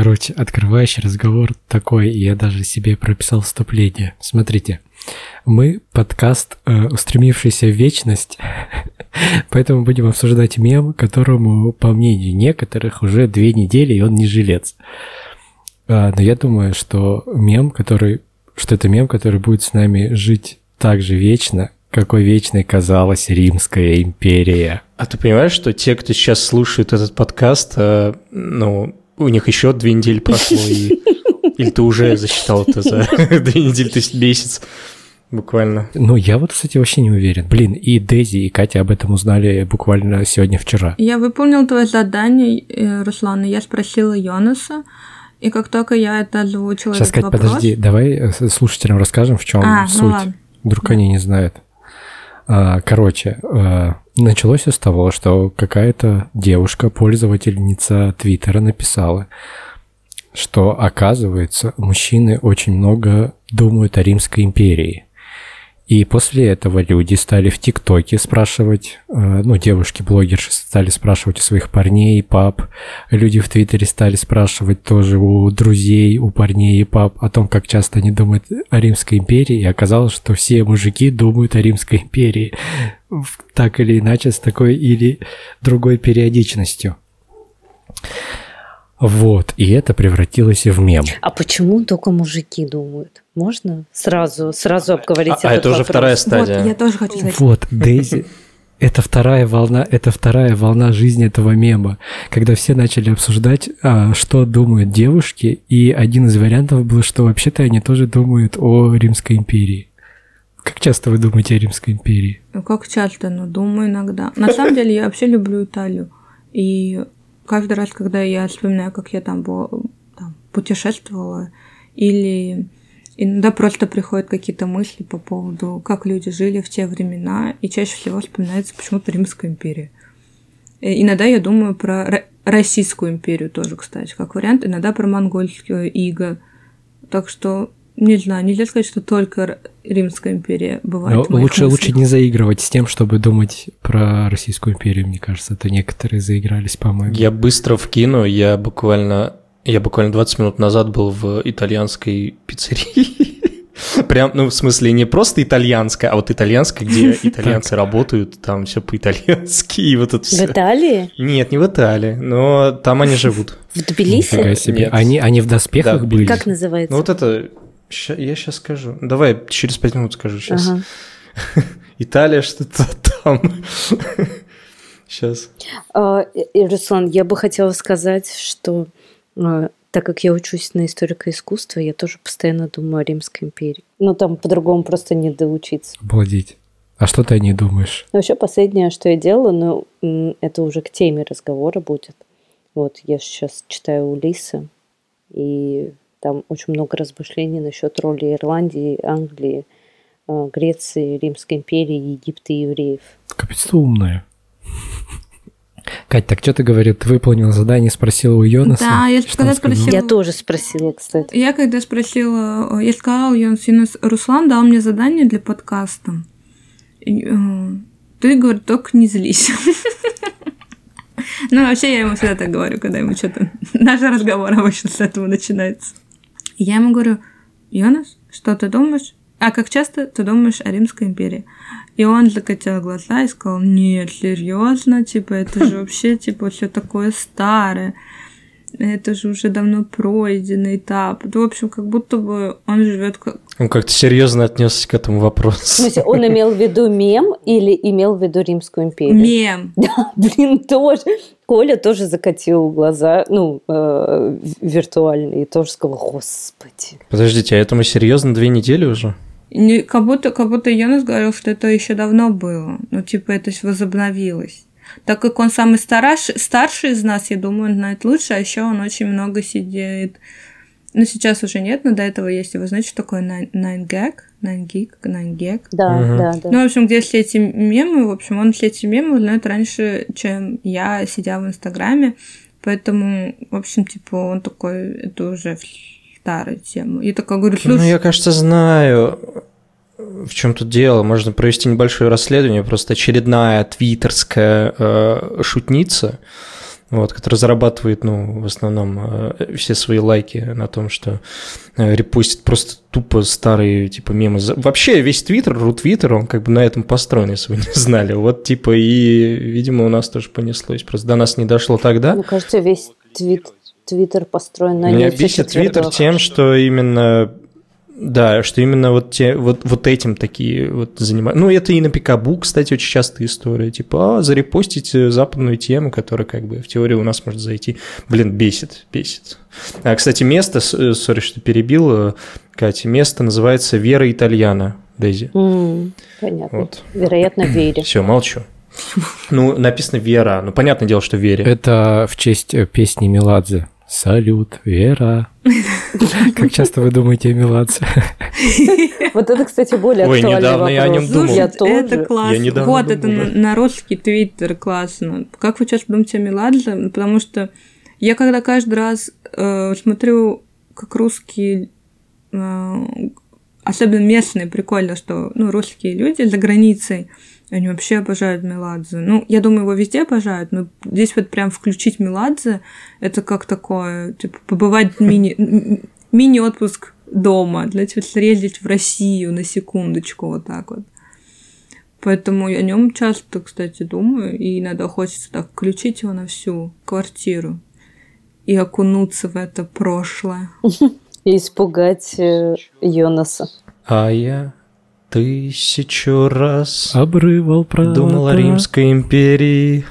Короче, открывающий разговор такой, я даже себе прописал вступление. Смотрите, мы подкаст, устремившийся в вечность, поэтому будем обсуждать мем, которому, по мнению некоторых, уже 2 недели, и он не жилец. Но я думаю, что это мем, который будет с нами жить так же вечно, какой вечной казалась Римская империя. А ты понимаешь, что те, кто сейчас слушает этот подкаст, у них еще 2 недели прошло, или ты уже засчитал это за 2 недели, то есть месяц буквально? Ну, я вот, кстати, вообще не уверен. Блин, и Дейзи, и Катя об этом узнали буквально сегодня-вчера. Я выполнил твое задание, Руслан, и я спросила Йонаса, и как только я это озвучила, сейчас, Кать, подожди, давай слушателям расскажем, в чем суть. Ну ладно. Вдруг они не знают. Короче, началось все с того, что какая-то девушка, пользовательница Твиттера, написала, что, оказывается, мужчины очень много думают о Римской империи. И после этого люди стали в ТикТоке спрашивать, девушки-блогерши стали спрашивать у своих парней и пап, люди в Твиттере стали спрашивать тоже у друзей, у парней и пап о том, как часто они думают о Римской империи, и оказалось, что все мужики думают о Римской империи так или иначе, с такой или другой периодичностью. Вот, и это превратилось в мем. А почему только мужики думают? Можно сразу обговорить этот это уже вопрос? вторая стадия. Вот, я тоже хочу сказать. Вот, Дейзи, это вторая волна жизни этого мема, когда все начали обсуждать, что думают девушки, и один из вариантов был, что вообще-то они тоже думают о Римской империи. Как часто вы думаете о Римской империи? Как часто? Думаю иногда. На самом деле, я вообще люблю Италию. И каждый раз, когда я вспоминаю, как я там путешествовала, или иногда просто приходят какие-то мысли по поводу, как люди жили в те времена, и чаще всего вспоминается почему-то Римская империя. И иногда я думаю про Российскую империю тоже, кстати, как вариант, иногда про монгольскую иго. Так что, не знаю, нельзя сказать, что только Римская империя бывает. Но лучше не заигрывать с тем, чтобы думать про Российскую империю, мне кажется. Это некоторые заигрались, по-моему. Я быстро вкину, я буквально 20 минут назад был в итальянской пиццерии. Прям, в смысле, не просто итальянская, а вот итальянская, где итальянцы работают, там все по-итальянски, и вот это все. В Италии? Нет, не в Италии, но там они живут. В Тбилиси? Нифига себе. Они в доспехах были? Как называется? Вот это... Я сейчас скажу. Давай через 5 минут скажу сейчас. Ага. Италия, что-то там. Сейчас. Руслан, я бы хотела сказать, что так как я учусь на историко искусства, я тоже постоянно думаю о Римской империи. Там по-другому просто не доучиться. Обалдеть. А что ты о ней думаешь? Вообще последнее, что я делала, это уже к теме разговора будет. Вот я сейчас читаю Улисса, и там очень много размышлений насчет роли Ирландии, Англии, Греции, Римской империи, Египта и евреев. Капец, ты умная. Кать, так что ты говорил? Ты выполнила задание, спросила у Йонаса? Да, я когда спросила. Я тоже спросила, кстати. Я когда спросила, я сказала Йонас, Руслан дал мне задание для подкаста. Ты, говорит, только не злись. Вообще я ему всегда так говорю, когда ему что-то... Наш разговор обычно с этого начинается. Я ему говорю: Йонас, что ты думаешь? Как часто ты думаешь о Римской империи? И он закатил глаза и сказал: нет, серьезно, это же вообще, все такое старое. Это же уже давно пройденный этап. В общем, как будто бы он живет как... Он как-то серьезно отнесся к этому вопросу. В смысле, он имел в виду мем или имел в виду Римскую империю? Мем. Да, тоже. Коля тоже закатил глаза, виртуально, и тоже сказал: господи. Подождите, а этому серьезно 2 недели уже? Как будто Йонас говорил, что это еще давно было. Это возобновилось. Так как он самый старший из нас, я думаю, он знает лучше, а еще он очень много сидит. Сейчас уже нет, но до этого есть. Вы знаете, что такое 9gag? Да. В общем, где все эти мемы, он все эти мемы узнает раньше, чем я, сидя в Инстаграме. Поэтому, в общем, он такой, это уже старая тема. Я такая говорю: слушай... я, кажется, знаю... В чем тут дело? Можно провести небольшое расследование. Просто очередная твиттерская шутница вот, который зарабатывает, ну, в основном все свои лайки на том, что репостит просто тупо старые, типа, мемы. Вообще весь Твиттер, рутвиттер, он как бы на этом построен, если вы не знали. Вот, типа, и, видимо, у нас тоже понеслось. Просто до нас не дошло тогда. Мне кажется, весь Твиттер построен на Меня бесит Твиттер тем, что именно... Да, что именно вот этим такие вот занимаются. Ну, это и на Пикабу, кстати, очень частая история. Типа, зарепостить западную тему, которая как бы в теории у нас может зайти. Блин, бесит. А, кстати, место, сори, что перебил, Катя, место называется «Вера Итальяна», Дейзи. Понятно. Вот. Вероятно, Вере. Все, молчу. Ну, написано «Вера». Ну, понятное дело, что «Вере». Это в честь песни Меладзе. «Салют, Вера». Как часто вы думаете о Меладзе? Вот это, кстати, более Ой, актуальный недавно вопрос. я о нем думал. Я тоже. Это классно. Я недавно Вот, думал, это да. на русский Твиттер классно. Как вы часто думаете о Меладзе? Потому что я когда каждый раз смотрю, как русские, особенно местные, прикольно, что русские люди за границей, они вообще обожают Меладзе. Ну, я думаю, его везде обожают, но здесь вот прям включить Меладзе, это как такое, типа, побывать мини-отпуск дома, знаете, вот съездить в Россию на секундочку, вот так вот. Поэтому я о нем часто, кстати, думаю, и иногда хочется так включить его на всю квартиру и окунуться в это прошлое. И испугать Йонаса. А я 1000 раз Обрывал правда. думал о Римской империи.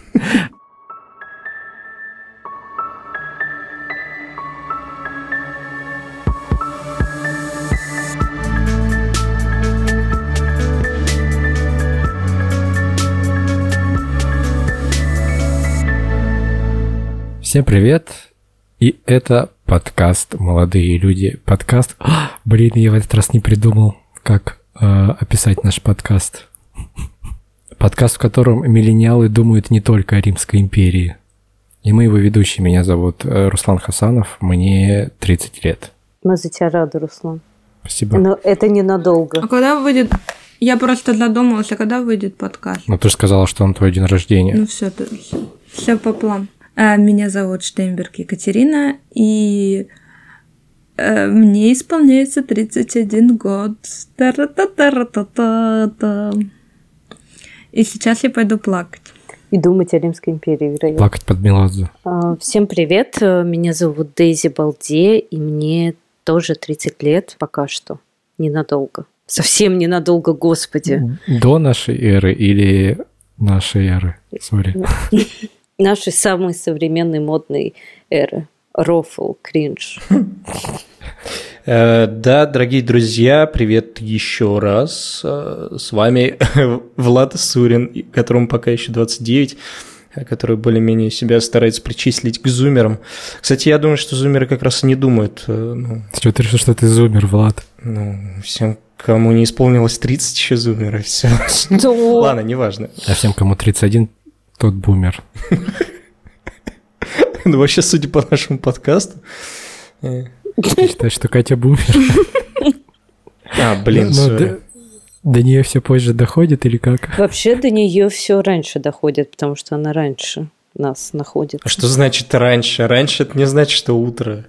Всем привет! И это подкаст «Молодые люди». Подкаст... Блин, я в этот раз не придумал, как описать наш подкаст. Подкаст, в котором миллениалы думают не только о Римской империи. И мы его ведущие. Меня зовут Руслан Хасанов, мне 30 лет. Мы за тебя рады, Руслан. Спасибо. Но это ненадолго. А когда выйдет... Я просто задумалась, а когда выйдет подкаст? Ну, ты же сказала, что он твой день рождения. Ну, все по плану. Меня зовут Штейнберг Екатерина, и мне исполняется 31 год. Та-ра-та-та-ра-та-та-та. И сейчас я пойду плакать. И думать о Римской империи, вероятно. Плакать под Меладзе. Всем привет, меня зовут Дейзи Балде, и мне тоже 30 лет пока что. Ненадолго. Совсем ненадолго, господи. До нашей эры или нашей эры? Сори. Нашей самой современной модной эры. Рофл, кринж. Да, дорогие друзья, привет еще раз. С вами Влад Сурин, которому пока еще 29, который более-менее себя старается причислить к зумерам. Кстати, я думаю, что зумеры как раз и не думают. Что ты решил, что ты зумер, Влад? Всем, кому не исполнилось 30, еще зумеры. Все. Ладно, неважно. А всем, кому 31, тот бумер. Ну, вообще, судя по нашему подкасту... Ты считаешь, что Катя бумер? Блин, сори. До нее все позже доходит или как? Вообще до нее все раньше доходит, потому что она раньше нас находит. А что значит раньше? Раньше это не значит, что утро.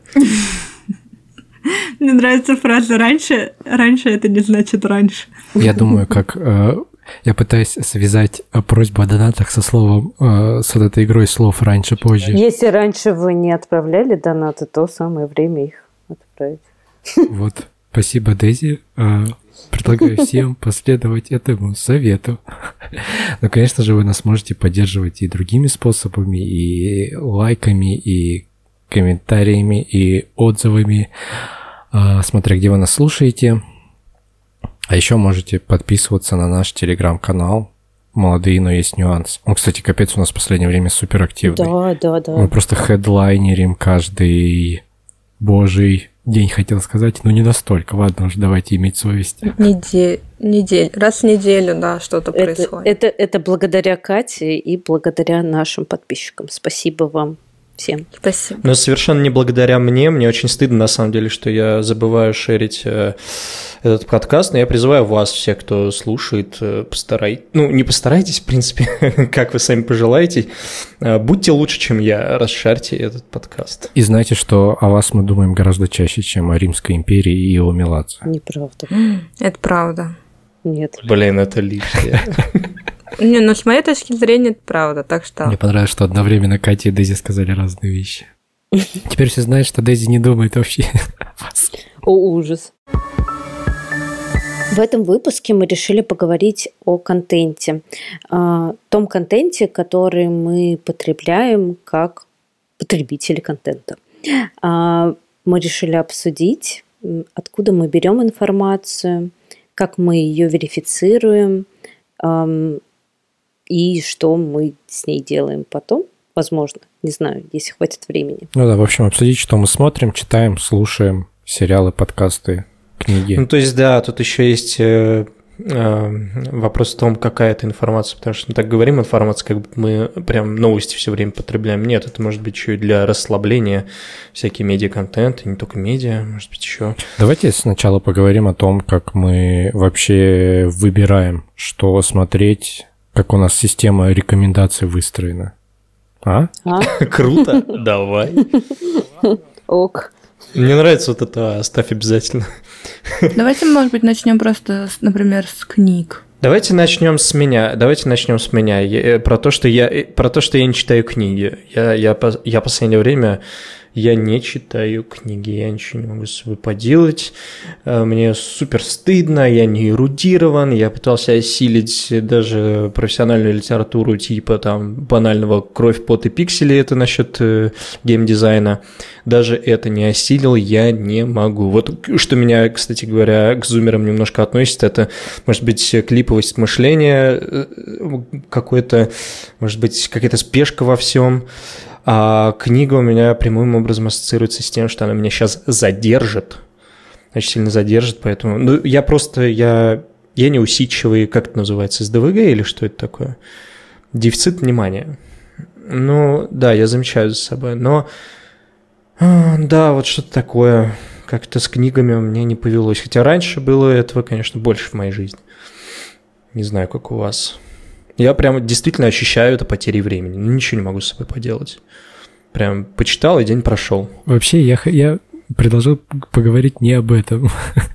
Мне нравится фраза «раньше». Раньше это не значит раньше. Я думаю, как... Я пытаюсь связать просьбу о донатах со словом, с вот этой игрой слов «раньше», «позже». Если раньше вы не отправляли донаты, то самое время их отправить. Вот. Спасибо, Дейзи. Предлагаю всем последовать этому совету. Но, конечно же, вы нас можете поддерживать и другими способами, и лайками, и комментариями, и отзывами, смотря где вы нас слушаете. А еще можете подписываться на наш телеграм-канал «Молодые, но есть нюанс». Он, кстати, капец, у нас в последнее время суперактивный. Да. Мы просто хедлайнерим каждый божий день, хотел сказать, но не настолько. Ладно уж, давайте иметь совесть. Раз в неделю, да, что-то происходит. Это благодаря Кате и благодаря нашим подписчикам. Спасибо вам всем. Спасибо. Но совершенно не благодаря мне очень стыдно, на самом деле, что я забываю шерить этот подкаст, но я призываю вас, всех, кто слушает, не постарайтесь, в принципе, как вы сами пожелаете, будьте лучше, чем я, расшарьте этот подкаст. И знайте, что о вас мы думаем гораздо чаще, чем о Римской империи и о Меладзе. Неправда. Это правда. Нет. Блин, это лишнее. Не, ну с моей точки зрения это правда, так что... Мне понравилось, что одновременно Катя и Дейзи сказали разные вещи. Теперь все знают, что Дейзи не думает вообще о вас. О, ужас. В этом выпуске мы решили поговорить о контенте. Том контенте, который мы потребляем как потребители контента. Мы решили обсудить, откуда мы берем информацию, как мы ее верифицируем и что мы с ней делаем потом. Возможно, не знаю, если хватит времени. Ну да, в общем, обсудить, что мы смотрим, читаем, слушаем, сериалы, подкасты, книги. Ну, то есть, да, тут еще есть вопрос в том, какая это информация, потому что мы так говорим, информация, как бы мы прям новости все время потребляем. Нет, это может быть еще и для расслабления, всякий медиа-контент, и не только медиа, может быть, еще. Давайте сначала поговорим о том, как мы вообще выбираем, что смотреть, как у нас система рекомендаций выстроена. Круто, давай. Ок. Мне нравится вот это, оставь обязательно. Давайте, может быть, начнем просто, например, с книг. Давайте начнем с меня. Про то, что я не читаю книги. Я последнее время я не читаю книги, я ничего не могу с собой поделать. Мне супер стыдно, я не эрудирован, я пытался осилить даже профессиональную литературу типа там банального «Кровь, пот и пиксели», это насчет геймдизайна. Даже это не осилил, я не могу. Вот что меня, кстати говоря, к зумерам немножко относит, это, может быть, клиповость мышления, какой-то, может быть, какая-то спешка во всем. А книга у меня прямым образом ассоциируется с тем, что она меня сейчас задержит, очень сильно задержит, поэтому... Ну, я неусидчивый, как это называется, СДВГ или что это такое? Дефицит внимания. Ну, да, я замечаю за собой, но... Да, вот что-то такое, как-то с книгами у меня не повелось. Хотя раньше было этого, конечно, больше в моей жизни. Не знаю, как у вас. Я прямо действительно ощущаю это потерей времени. Ну, ничего не могу с собой поделать. Прям почитал, и день прошел. Вообще, я предложил поговорить не об этом.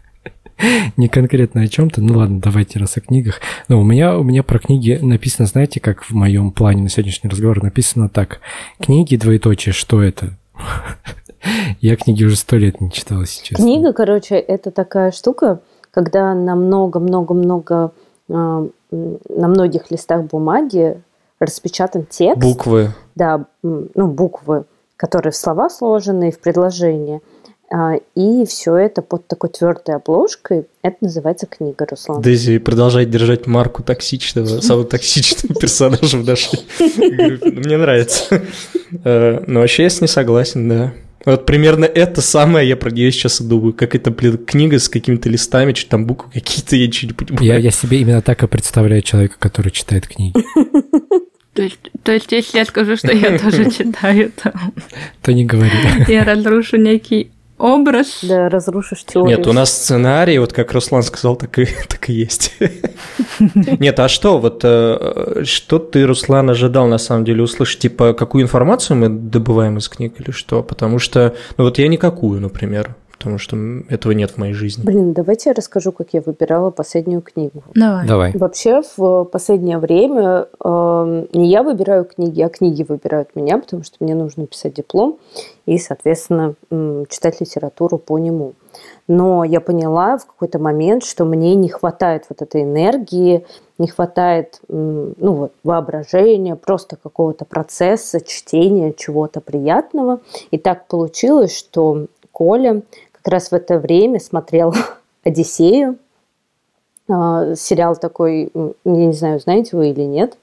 Не конкретно о чем-то. Ну ладно, давайте раз о книгах. Но у меня про книги написано, знаете, как в моем плане на сегодняшний разговор написано так. Книги, двоеточие, что это? Я книги уже 100 лет не читала, если честно. Книга, короче, это такая штука, когда на много-много-много... на многих листах бумаги распечатан текст. Буквы. Да, буквы, которые в слова сложены, в предложения. И все это под такой твердой обложкой. Это называется книга, Руслан. Дейзи продолжает держать марку токсичного, самого токсичного персонажа в нашей группе. Мне нравится. Но вообще я с ней согласен, да. Вот примерно это самое я про нее сейчас и думаю. Как это, книга с какими-то листами, что там буквы какие-то, я ничего не понимаю. Я себе именно так и представляю человека, который читает книги. То есть, если я скажу, что я тоже читаю, то не говори. Я разрушу некий образ. Да, разрушишь теорию. Нет, у нас сценарий, вот как Руслан сказал, так и есть. Нет, а что, вот что ты, Руслан, ожидал на самом деле услышать? Типа, какую информацию мы добываем из книг или что? Потому что, вот я никакую, например, потому что этого нет в моей жизни. Блин, давайте я расскажу, как я выбирала последнюю книгу. Давай. Вообще, в последнее время не я выбираю книги, а книги выбирают меня, потому что мне нужно писать диплом и, соответственно, читать литературу по нему. Но я поняла в какой-то момент, что мне не хватает вот этой энергии, не хватает воображения, просто какого-то процесса, чтения, чего-то приятного. И так получилось, что Коля как раз в это время смотрел «Одиссею», сериал такой, я не знаю, знаете вы или нет,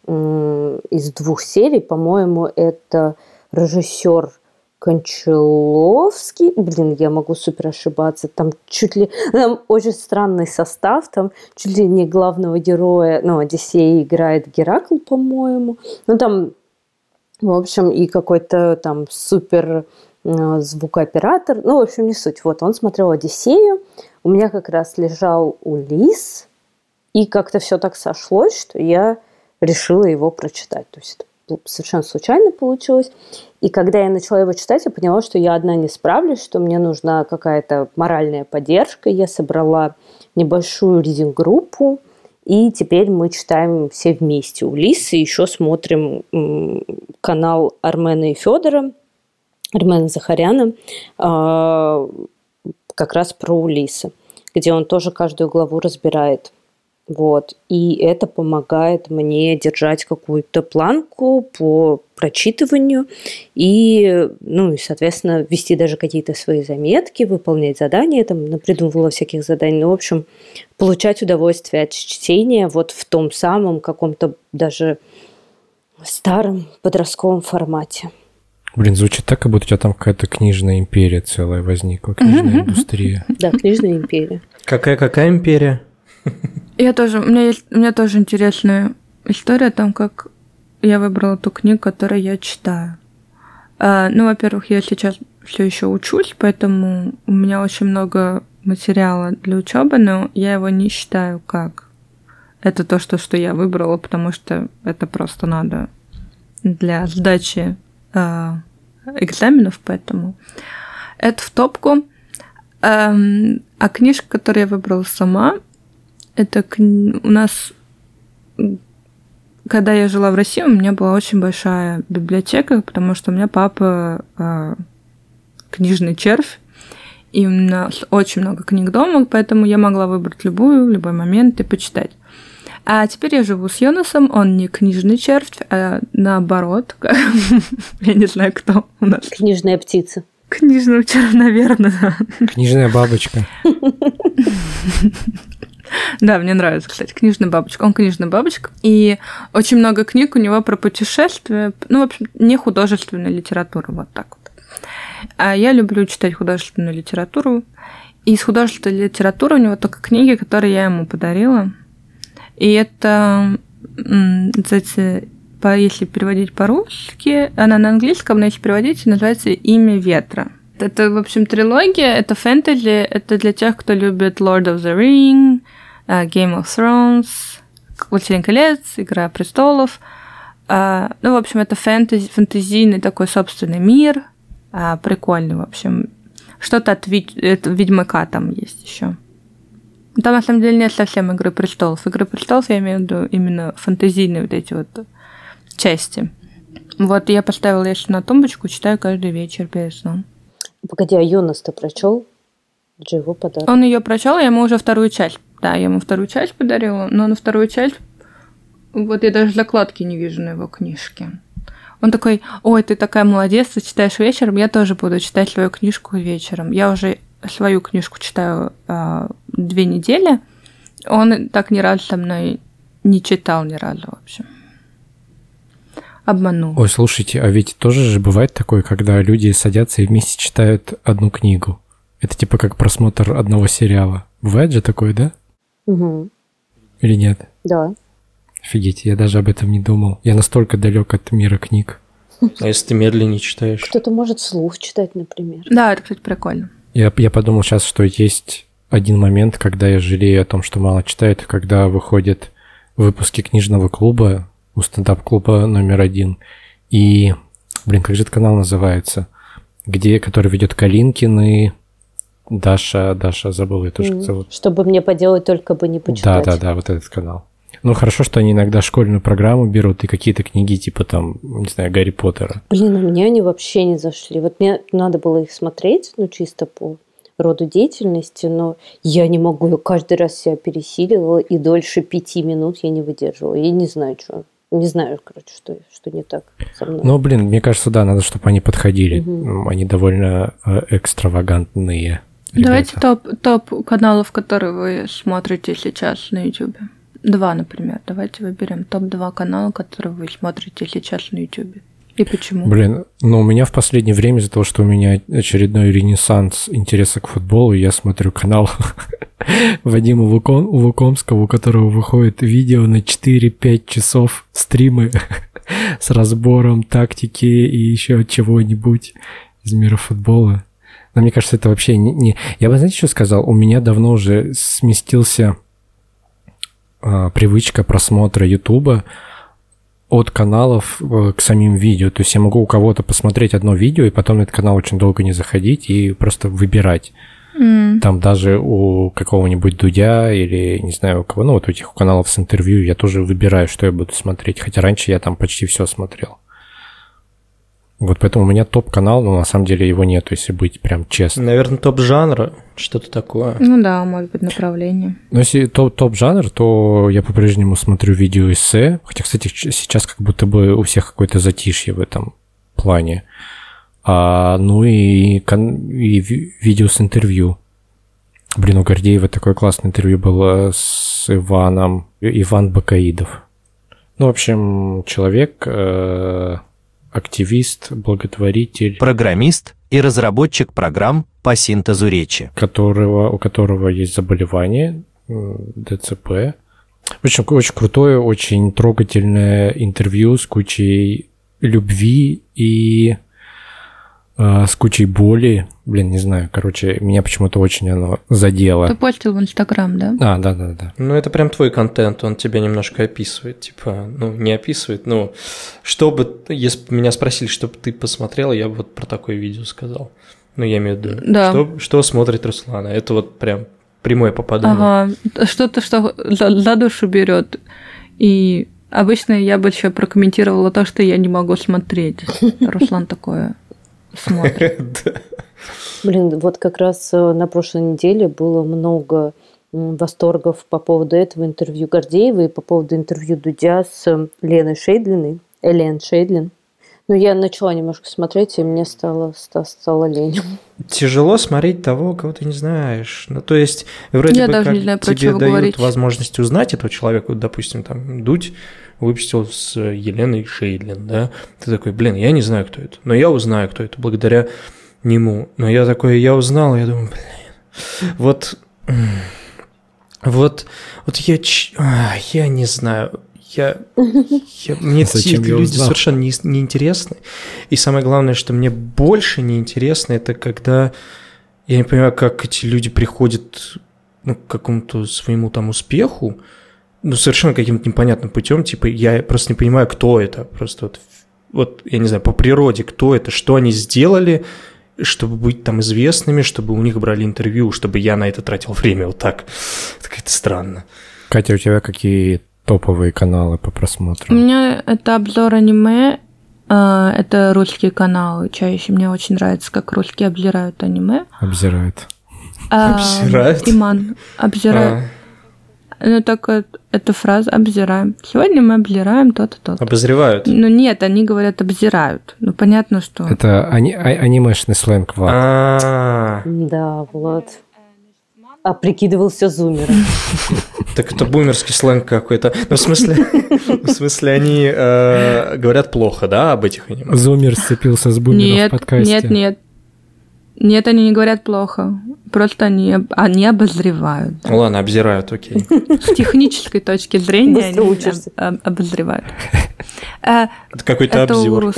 из 2 серий, по-моему, это режиссер Кончаловский, я могу супер ошибаться, там очень странный состав, там чуть ли не главного героя, Одиссея играет Геракл, по-моему, там В общем, и какой-то там супер звукооператор. Ну, в общем, не суть. Вот, он смотрел «Одиссею». У меня как раз лежал «Улисс». И как-то все так сошлось, что я решила его прочитать. То есть это совершенно случайно получилось. И когда я начала его читать, я поняла, что я одна не справлюсь, что мне нужна какая-то моральная поддержка. Я собрала небольшую ридинг-группу, и теперь мы читаем все вместе «Улисс», и еще смотрим канал Армена и Федора, Армена Захаряна, как раз про «Улисса», где он тоже каждую главу разбирает. Вот. И это помогает мне держать какую-то планку по прочитыванию и, соответственно, вести даже какие-то свои заметки, выполнять задания, там, напридумывала всяких заданий, в общем, получать удовольствие от чтения вот в том самом каком-то даже старом подростковом формате. Блин, звучит так, как будто у тебя там какая-то книжная империя целая возникла, книжная индустрия. Да, книжная империя. Какая империя? У меня тоже интересная история о том, как я выбрала ту книгу, которую я читаю. Во-первых, я сейчас все еще учусь, поэтому у меня очень много материала для учебы, но я его не считаю как это то, что я выбрала, потому что это просто надо для сдачи экзаменов, поэтому это в топку. А книжка, которую я выбрала сама, это у нас, когда я жила в России, у меня была очень большая библиотека, потому что у меня папа книжный червь, и у нас очень много книг дома, поэтому я могла выбрать в любой момент и почитать. А теперь я живу с Йонасом, он не книжный червь, а наоборот. Я не знаю, кто у нас. Книжная птица. Книжный червь, наверное. Книжная бабочка. Да, мне нравится, кстати, книжная бабочка. Он книжная бабочка. И очень много книг у него про путешествия. В общем, не художественная литература, вот так вот. А я люблю читать художественную литературу. И из художественной литературы у него только книги, которые я ему подарила. И это, называется, если переводить по-русски, она на английском, но если переводить, называется «Имя ветра». Это, в общем, трилогия, это фэнтези, это для тех, кто любит Lord of the Ring, Game of Thrones, «Властелин колец», «Игра престолов». В общем, это фэнтезийный такой собственный мир, прикольный, в общем. Что-то от Ведьмака там есть еще. Там, на самом деле, нет совсем «Игры престолов». «Игры престолов» я имею в виду именно фэнтезийные вот эти вот части. Вот, я поставила если на тумбочку, читаю каждый вечер перед сном. Погоди, а Йонас-то прочел? Это же его подарок. Он ее прочел, я ему уже вторую часть. Да, я ему вторую часть подарила, но на вторую часть вот я даже закладки не вижу на его книжке. Он такой: ой, ты такая молодец, ты читаешь вечером, я тоже буду читать свою книжку вечером. Я уже свою книжку читаю 2 недели. Он так ни разу со мной не читал ни разу, в общем. Обманул. Ой, слушайте, а ведь тоже же бывает такое, когда люди садятся и вместе читают одну книгу. Это типа как просмотр одного сериала. Бывает же такое, да? Угу. Или нет? Да. Офигеть, я даже об этом не думал. Я настолько далек от мира книг. А если ты медленнее читаешь? Кто-то может вслух читать, например. Да, это, кстати, прикольно. Я подумал сейчас, что есть один момент, когда я жалею о том, что мало читаю, это когда выходят выпуски книжного клуба, у стендап-клуба номер 1. И, как же этот канал называется? Который ведет Калинкин и Даша, забыл ее тоже, как зовут. Чтобы мне поделать, только бы не почитать. Да, вот этот канал. Хорошо, что они иногда школьную программу берут и какие-то книги типа там, не знаю, Гарри Поттера. У меня они вообще не зашли. Вот мне надо было их смотреть, чисто по роду деятельности, но я не могу, я каждый раз себя пересиливала, и дольше 5 минут я не выдерживала. Я не знаю, что. Не знаю, что не так со мной. Мне кажется, да, надо, чтобы они подходили. Они довольно экстравагантные. Давайте топ каналов, которые вы смотрите сейчас на YouTube. 2, например. Давайте выберем топ-2 канала, которые вы смотрите сейчас на YouTube. И почему? У меня в последнее время из-за того, что у меня очередной ренессанс интереса к футболу, я смотрю канал Вадима Лукомского, у которого выходит видео на 4-5 часов стримы с разбором тактики и еще чего-нибудь из мира футбола. Но мне кажется, это вообще не... Я бы, знаете, что сказал? У меня давно уже сместился привычка просмотра Ютуба от каналов к самим видео. То есть я могу у кого-то посмотреть одно видео и потом на этот канал очень долго не заходить и просто выбирать. Там даже у какого-нибудь Дудя или, не знаю, у кого, ну, вот у этих каналов с интервью я тоже выбираю, что я буду смотреть. Хотя раньше я там почти все смотрел. Вот поэтому у меня топ-канал, но на самом деле его нет, если быть прям честным. Наверное, топ-жанра, что-то такое. Ну да, может быть, направление. Но если топ-жанр, то я по-прежнему смотрю видеоэссе. Хотя, кстати, сейчас как будто бы у всех какое-то затишье в этом плане. Ну и видео с интервью. Блин, у Гордеева такое классное интервью было с Иван Бакаидов. Ну, в общем, человек, активист, благотворитель. Программист и разработчик программ по синтезу речи. У которого есть заболевание, ДЦП. В общем, очень крутое, очень трогательное интервью с кучей любви и с кучей боли. Блин, не знаю, короче, меня почему-то очень оно задело. Ты постил в Инстаграм, да? Да. Ну, это прям твой контент, он тебя немножко описывает. Типа, ну, не описывает, но чтобы, если бы меня спросили, что бы ты посмотрела, я бы вот про такое видео сказал. Ну, я имею в виду, да. Что смотрит Руслана. Это вот прям прямое попадание. Ага, что-то, что за душу берет. И обычно я бы еще прокомментировала то, что я не могу смотреть. Руслан такое смотрит. Блин, вот как раз на прошлой неделе было много восторгов по поводу этого интервью Гордеева и по поводу интервью Дудя с Элен Шейдлин. Но я начала немножко смотреть, и мне стало лень. Тяжело смотреть того, кого ты не знаешь. Ну, то есть, вроде я бы даже как не знаю, про тебе чего дают говорить. возможность узнать этого человека. Вот, допустим, там, Дудь выпустил с Еленой Шейдлин, да? Ты такой, блин, я не знаю, кто это. Но я узнаю, кто это, благодаря нему. Но я такой, я узнал, я думаю, блин, вот я не знаю. Мне эти люди совершенно не интересны. И самое главное, что мне больше не интересно, это когда я не понимаю, как эти люди приходят к какому-то своему там успеху, совершенно каким-то непонятным путем. Типа, я просто не понимаю, кто это. Просто вот я не знаю, по природе, кто это, что они сделали, чтобы быть там известными, чтобы у них брали интервью, чтобы я на это тратил время. Вот так. Это как-то странно. Катя, у тебя какие топовые каналы по просмотру? У меня это обзор аниме, это русские каналы чаще. Мне очень нравится, как русские обзирают аниме. Обзирают. Обзирают? Иман, обзирают. Ну, так эта фраза «обзираем». Сегодня мы обзираем то-то, то-то. Обозревают? Ну, нет, они говорят «обзирают». Ну, понятно, что... Это анимешный сленг, Влад. Да, Влад. А прикидывался зумером. Так это бумерский сленг какой-то. Ну, в смысле, они говорят плохо, да, об этих аниме? Зумер сцепился с бумером в подкасте. Нет, они не говорят плохо. Просто они обозревают. Да. Ну, ладно, обзирают, окей. С технической точки зрения они обозревают. Это какой-то обзор.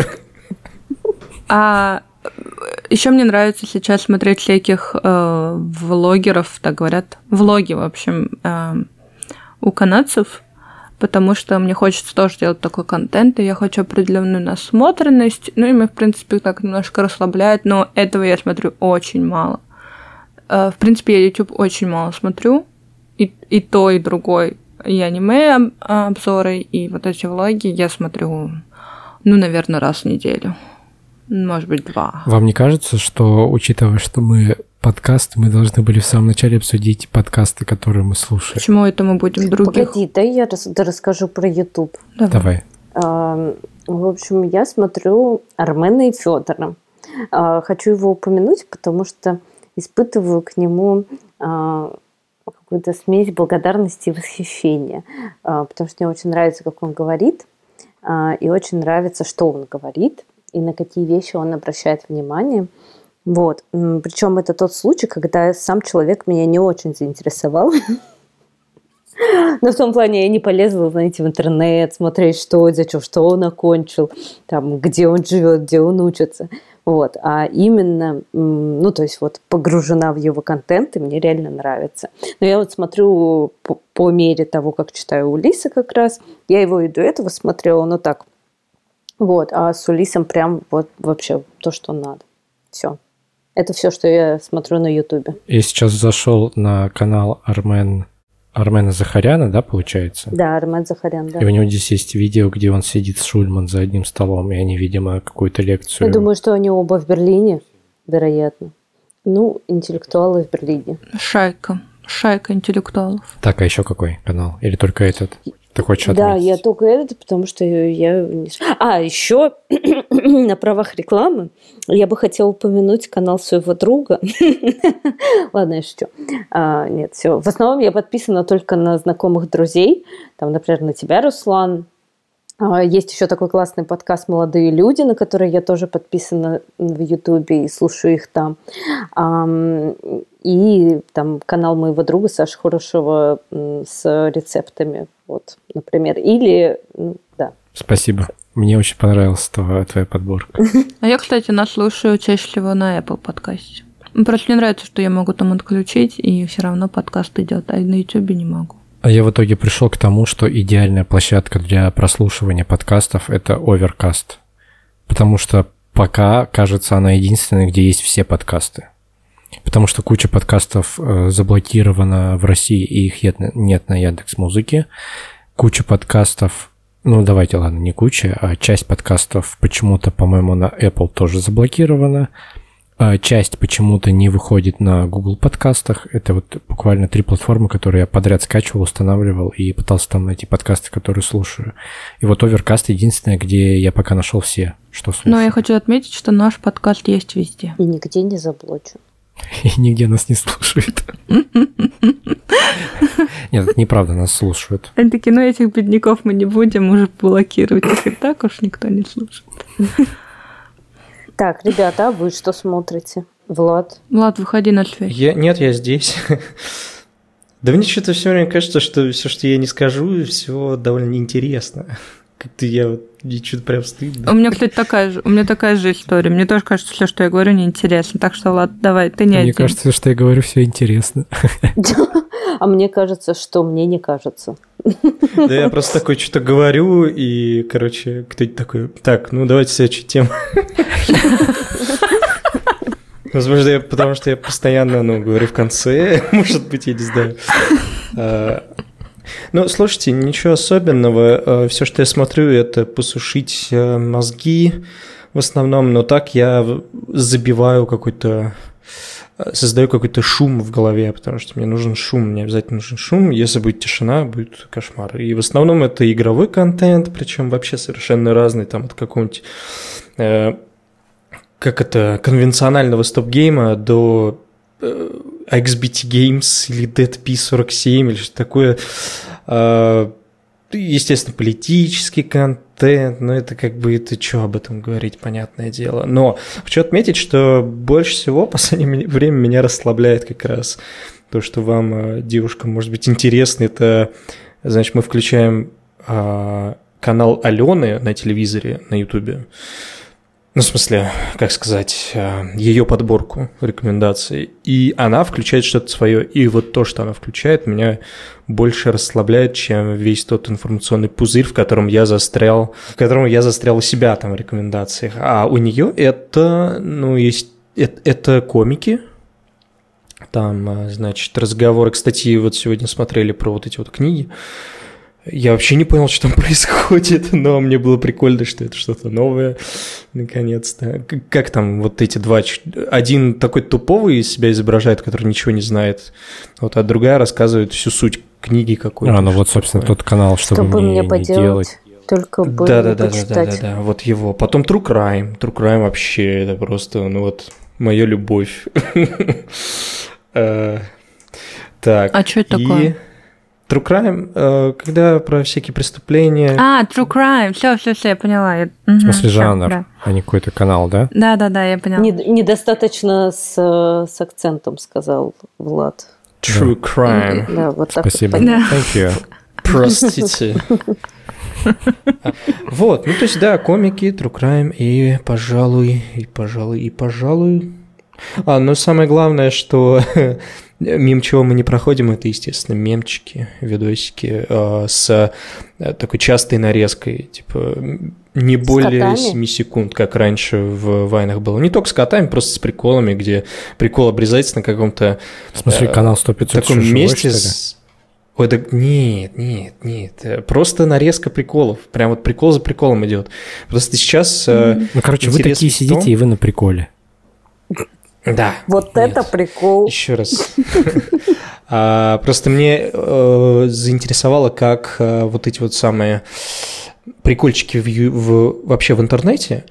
Еще мне нравится сейчас смотреть всяких влогеров, так говорят, влоги, в общем, у канадцев, потому что мне хочется тоже делать такой контент, и я хочу определенную насмотренность, ну и меня, в принципе, так немножко расслабляет, но этого я смотрю очень мало. В принципе, я YouTube очень мало смотрю, и то, и другой, и аниме обзоры, и вот эти влоги я смотрю, наверное, раз в неделю. Может быть, 2. Вам не кажется, что, учитывая, что мы должны были в самом начале обсудить подкасты, которые мы слушаем? Почему это мы будем других? Погоди, дай я расскажу про YouTube. Давай. В общем, я смотрю Армена и Федора. Хочу его упомянуть, потому что испытываю к нему какую-то смесь благодарности и восхищения. Потому что мне очень нравится, как он говорит, и очень нравится, что он говорит, и на какие вещи он обращает внимание. Вот. Причем это тот случай, когда сам человек меня не очень заинтересовал. Но в том плане я не полезла, знаете, в интернет, смотреть, что он окончил, там, где он живет, где он учится. Вот. А именно, ну, то есть вот погружена в его контент, и мне реально нравится. Но я вот смотрю по мере того, как читаю Улисса как раз. Я его и до этого смотрела, но так. Вот. А с Улиссом прям вот вообще то, что надо. Все. Это все, что я смотрю на Ютубе. Я сейчас зашел на канал Армена Захаряна, да, получается? Да, Армен Захарян, да. И у него здесь есть видео, где он сидит с Шульман за одним столом, и они, видимо, какую-то лекцию... Я думаю, что они оба в Берлине, вероятно. Ну, интеллектуалы в Берлине. Шайка интеллектуалов. Так, а еще какой канал? Или только этот? Ты хочешь отметить? Да, я только этот, потому что я... А, еще на правах рекламы я бы хотела упомянуть канал своего друга. Ладно, я шучу. Нет, все. В основном я подписана только на знакомых друзей. Там, например, на тебя, Руслан. Есть еще такой классный подкаст «Молодые люди», на который я тоже подписана в Ютубе и слушаю их там. И там канал моего друга Саши Хорошева с рецептами, вот, например. Или, да. Спасибо. Мне очень понравилась твоя подборка. А я, кстати, нас слушаю чаще всего на Apple подкасте. Просто мне нравится, что я могу там отключить, и все равно подкаст идет, а на YouTube не могу. А я в итоге пришел к тому, что идеальная площадка для прослушивания подкастов – это Overcast. Потому что пока, кажется, она единственная, где есть все подкасты. Потому что куча подкастов заблокирована в России, и их нет на Яндекс.Музыке. Куча подкастов, ну давайте, ладно, не куча, а часть подкастов почему-то, по-моему, на Apple тоже заблокирована. Часть почему-то не выходит на Google подкастах. Это вот буквально 3 платформы, которые я подряд скачивал, устанавливал и пытался там найти подкасты, которые слушаю. И вот Overcast единственное, где я пока нашел все, что слушаю. Но я хочу отметить, что наш подкаст есть везде. И нигде не заблочен. И нигде нас не слушают. Нет, это неправда, нас слушают. Они такие, ну этих бедняков мы не будем уже блокировать. Их и так уж никто не слушает. Так, ребята, а вы что смотрите? Влад, выходи на связь. Нет, я здесь. Да мне что-то все время кажется, что все, что я не скажу, все довольно неинтересно. Как-то мне что-то прям стыдно. У меня, кстати, такая же история. Мне тоже кажется, все, что я говорю, неинтересно. Так что, Влад, давай, ты не один. Мне кажется, что я говорю, все интересно. А мне кажется, что мне не кажется. Да я просто такой что-то говорю, и, короче, кто-то такой, так, ну давайте следующую тему. Возможно, потому что я постоянно, говорю в конце, может быть, я не знаю. Ну, слушайте, ничего особенного. Все, что я смотрю, это посушить мозги в основном, но так я создаю какой-то шум в голове, потому что мне нужен шум, мне обязательно нужен шум. Если будет тишина, будет кошмар. И в основном это игровой контент, причем вообще совершенно разный, там от какого-нибудь конвенционального стоп-гейма до XBT Games или Dead P47 или что-то такое. Естественно, политический контент, но это это что об этом говорить, понятное дело. Но хочу отметить, что больше всего в последнее время меня расслабляет как раз то, что вам, девушкам, может быть интересно. Это, значит, мы включаем канал Алены на телевизоре, на Ютубе. Ну, в смысле, как сказать, ее подборку рекомендаций. И она включает что-то свое. И вот то, что она включает, меня больше расслабляет, чем весь тот информационный пузырь, в котором я застрял у себя там в рекомендациях. А у нее это комики. Там, значит, разговоры. Кстати, вот сегодня смотрели про вот эти вот книги. Я вообще не понял, что там происходит, но мне было прикольно, что это что-то новое, наконец-то. Как там вот эти два... Один такой туповый из себя изображает, который ничего не знает, а другая рассказывает всю суть книги какой-то. Ну вот, собственно, тот канал, чтобы мне не делать. Только бы почитать. Да, вот его. Потом True Crime. True Crime вообще, это просто, моя любовь. Так. А что это такое? True Crime, когда про всякие преступления... True Crime, все, я поняла. В смысле жанр, да. А не какой-то канал, да? Да, я поняла. Недостаточно с акцентом, сказал Влад. True crime. Да, вот так Спасибо. вот. Thank you. Простите. Вот, ну то есть, да, комики, true crime и, пожалуй. Но самое главное, что мимо чего мы не проходим, это, естественно, мемчики, видосики с такой частой нарезкой, типа не более 7 секунд, как раньше в Вайнах было. Не только с котами, просто с приколами, где прикол обрезается на каком-то... В смысле, канал 100-500 таком живой, месте что ли? Ой, да нет. Просто нарезка приколов. Прям вот прикол за приколом идет. Просто сейчас... Ну, короче, вы такие сидите, и вы на приколе. Да. Вот нет. это прикол. Еще раз. Просто мне заинтересовало, как вот эти вот самые прикольчики вообще в интернете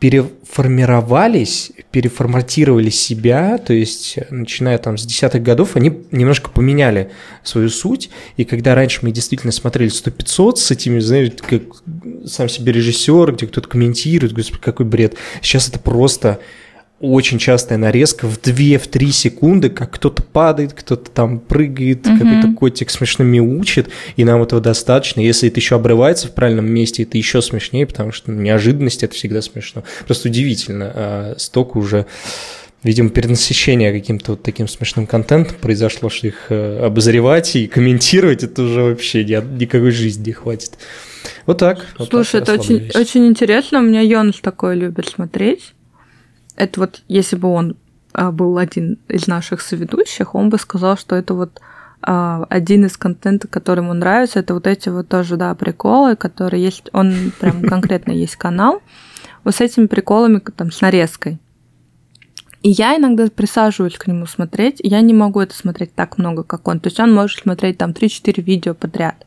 переформатировали себя, то есть, начиная там с 10-х годов, они немножко поменяли свою суть, и когда раньше мы действительно смотрели 100-500 с этими, знаете, как сам себе режиссер, где кто-то комментирует, господи, какой бред, сейчас это просто... очень частая нарезка в 2-3 секунды, как кто-то падает, кто-то там прыгает, какой-то котик смешно мяучит, и нам этого достаточно. Если это еще обрывается в правильном месте, это еще смешнее, потому что неожиданность – это всегда смешно. Просто удивительно. Столько уже, видимо, перенасыщение каким-то вот таким смешным контентом произошло, что их обозревать и комментировать – это уже вообще никакой жизни не хватит. Вот так. Слушай, это очень интересно. У меня Йонас такое любит смотреть. Это вот, если бы он был один из наших соведущих, он бы сказал, что это вот один из контента, который ему нравится, это вот эти вот тоже, да, приколы, которые есть, он прям конкретно есть канал, вот с этими приколами, там, с нарезкой. И я иногда присаживаюсь к нему смотреть, и я не могу это смотреть так много, как он. То есть он может смотреть там 3-4 видео подряд.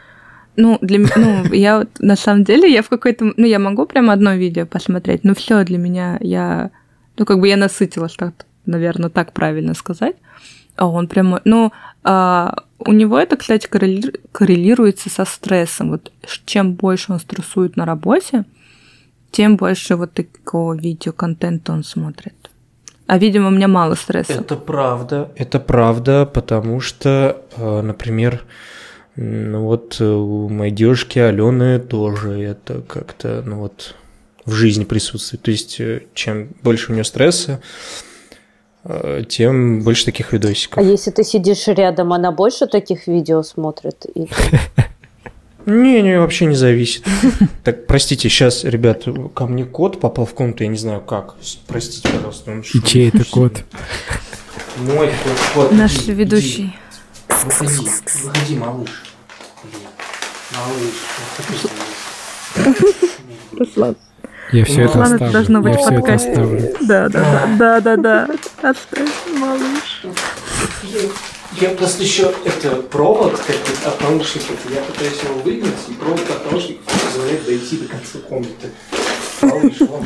Я вот, на самом деле, я в какой-то... я могу прям одно видео посмотреть, но все для меня, я насытилась, так, наверное, так правильно сказать. А он прямо... у него это, кстати, коррелируется со стрессом. Вот чем больше он стрессует на работе, тем больше вот такого видеоконтента он смотрит. А, видимо, у меня мало стресса. Это правда, потому что, например... у моей девушки Алены тоже это как-то, в жизни присутствует. То есть, чем больше у нее стресса, тем больше таких видосиков. А если ты сидишь рядом, она больше таких видео смотрит? Не, вообще не зависит. Так, простите, сейчас, ребят, ко мне кот попал в комнату, я не знаю как. Простите, пожалуйста. И чей это кот? Мой кот. Наш ведущий. Выходи, малыш. Руслан. Я все это Руслан, это должно быть в подкасте. оставлю. Да. Оставь, малыш. Я просто еще провод от наушников. Я пытаюсь его выгнать, и провод от наушников позволяет дойти до конца комнаты. Малыш, вон.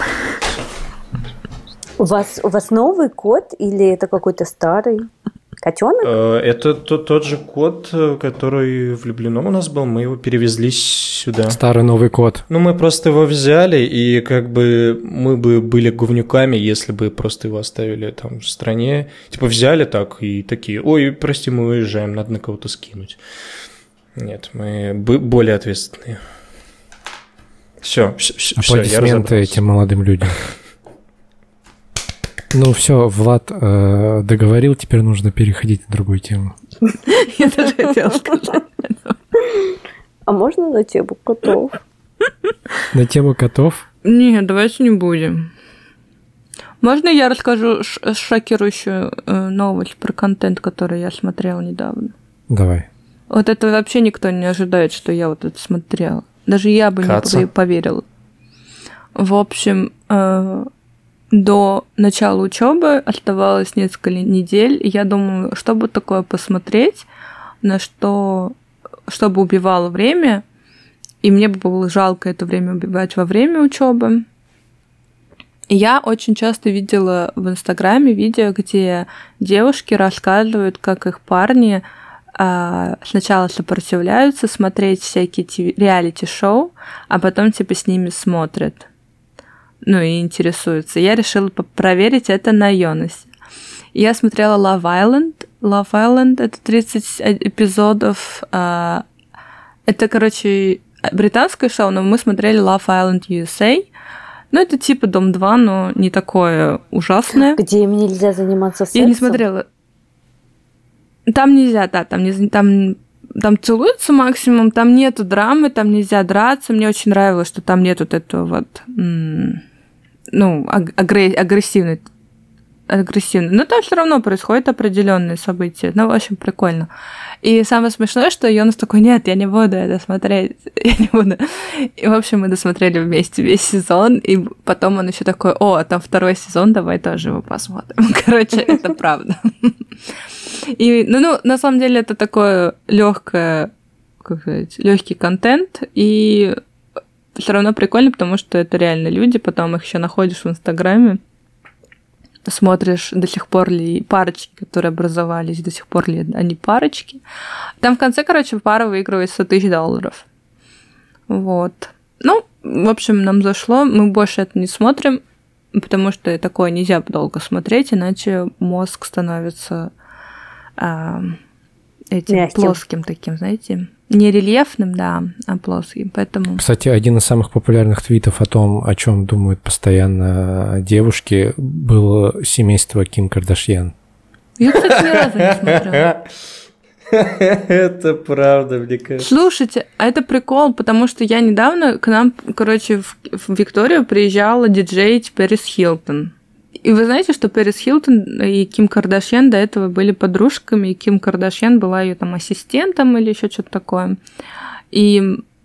У вас новый кот или это какой-то старый? Котенок? Это тот же кот, который в Люблином у нас был, мы его перевезли сюда. Старый новый кот. Мы просто его взяли, и мы бы были говнюками, если бы просто его оставили там в стране. Типа взяли так и такие, ой, прости, мы уезжаем, надо на кого-то скинуть. Нет, мы более ответственные. Все, я Аплодисменты этим молодым людям. Все, Влад договорил, теперь нужно переходить на другую тему. Я тоже хотела сказать. А можно на тему котов? На тему котов? Нет, давайте не будем. Можно я расскажу шокирующую новость про контент, который я смотрела недавно? Давай. Вот это вообще никто не ожидает, что я вот это смотрела. Даже я бы не поверила. В общем... До начала учебы оставалось несколько недель, и я думаю, что бы такое посмотреть, на что, чтобы убивало время, и мне бы было жалко это время убивать во время учебы. И я очень часто видела в Инстаграме видео, где девушки рассказывают, как их парни сначала сопротивляются смотреть всякие реалити-шоу, а потом с ними смотрят. И интересуются. Я решила проверить это на Йонасе. Я смотрела Love Island, Love Island. Это 30 эпизодов. Это, короче, британское шоу, но мы смотрели Love Island USA. Ну, это типа Дом-2, но не такое ужасное. Где им нельзя заниматься сексом? Я не смотрела. Там нельзя, да, там целуются максимум, там нету драмы, там нельзя драться. Мне очень нравилось, что там нет вот этого вот, агрессивной. Но там все равно происходят определенные события. Ну, в общем, прикольно. И самое смешное, что Йонас такой: нет, я не буду это смотреть, я не буду. И, в общем, мы досмотрели вместе весь сезон, и потом он еще такой: о, там второй сезон, давай тоже его посмотрим. Короче, это правда. И, ну, на самом деле, это такое легкое, как сказать, легкий контент, и все равно прикольно, потому что это реально люди, потом их еще находишь в Инстаграме, смотришь, до сих пор ли парочки, которые образовались, до сих пор ли они парочки. Там в конце, короче, пара выигрывает $100 000. Вот. Ну, в общем, нам зашло. Мы больше это не смотрим, потому что такое нельзя долго смотреть, иначе мозг становится этим мягким, плоским таким, знаете, не рельефным, да, а плоским. Поэтому... Кстати, один из самых популярных твитов о том, о чем думают постоянно девушки, было семейство Ким Кардашьян. Я, кстати, ни разу не смотрела. Это правда, мне кажется. Слушайте, а это прикол, потому что я недавно к нам, короче, в Викторию приезжала диджеить Пэрис Хилтон. И вы знаете, что Пэрис Хилтон и Ким Кардашьян до этого были подружками, и Ким Кардашьян была ее там ассистентом или еще что-то такое. И,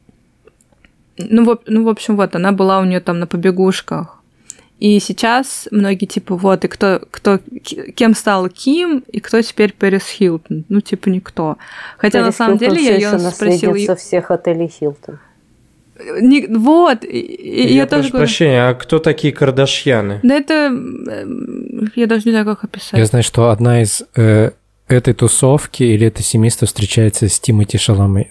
ну, в общем, вот, она была у нее там на побегушках. И сейчас многие типа, вот, и кем стала Ким, и кто теперь Пэрис Хилтон? Ну, типа, никто. Хотя Пэрис на самом Хилтон деле я ее спросила... наследница всех отелей Хилтон. Вот, и я тоже говорю... прощения, а кто такие Кардашьяны? Да это... Я даже не знаю, как описать. Я знаю, что одна из этой тусовки или это семейство встречается с Тимоти Шаламе.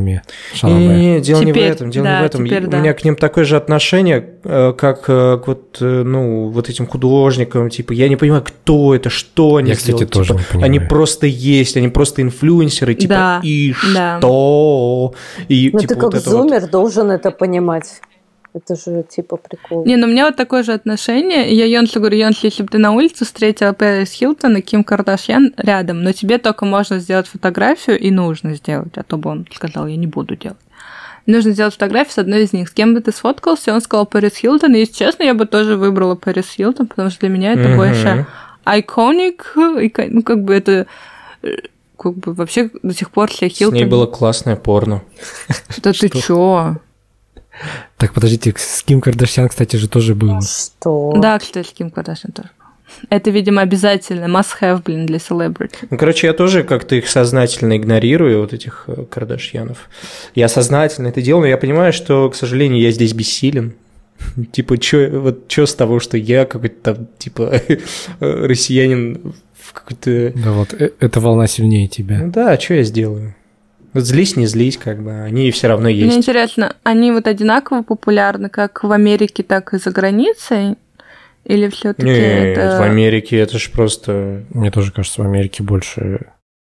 Не, дело не в Теперь, этом, дело да, не в этом. теперь У да. меня к ним такое же отношение, как к вот этим художникам. Типа, я не понимаю, кто это, что они Я, кстати, сделали. тоже Типа, не понимаю. они просто есть, они просто инфлюенсеры, типа, Да, и да. что? И, Ну, типа, ты как вот это зумер должен это понимать. Это же типа прикол. Не, ну у меня вот такое же отношение. Я Йонсу говорю: Йонс, если бы ты на улице встретила Пэрис Хилтон и Ким Кардашьян рядом, но тебе только можно сделать фотографию, и нужно сделать, а то бы он сказал: я не буду делать. Нужно сделать фотографию с одной из них. С кем бы ты сфоткался? Он сказал Пэрис Хилтон, и, если честно, я бы тоже выбрала Пэрис Хилтон, потому что для меня это больше iconic, ну, как бы это... Как бы вообще до сих пор все Хилтон... С ней было классное порно. Да ты чё? Так, подождите, с Ким Кардашьян, кстати, же тоже было. Что? Да, кстати, с Ким Кардашьян тоже. Это, видимо, обязательно must-have, блин, для селебрити. Ну, короче, я тоже как-то их сознательно игнорирую, вот этих Кардашьянов. Я сознательно это делаю, но я понимаю, что, к сожалению, я здесь бессилен. Типа, чё с того, что я какой-то там, типа, россиянин в какой-то... Да вот, эта волна сильнее тебя. Ну да, что я сделаю? Вот злись, не злись, как бы, они все равно есть. Мне интересно, они вот одинаково популярны как в Америке, так и за границей? Или все-таки Нет, это... в Америке это ж просто... Мне тоже кажется, в Америке больше...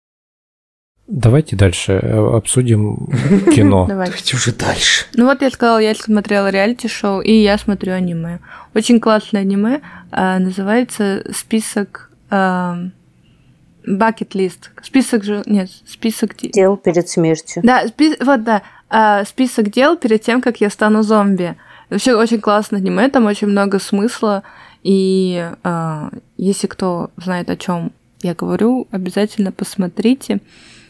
Давайте дальше обсудим кино. Давайте уже дальше. Ну вот я сказала, я смотрела реалити-шоу, и я смотрю аниме. Очень классное аниме, называется «Список...» Bucket list. Список дел перед смертью. Да, вот да. Список дел перед тем, как я стану зомби. Вообще очень классное аниме, там очень много смысла. И если кто знает, о чем я говорю, обязательно посмотрите.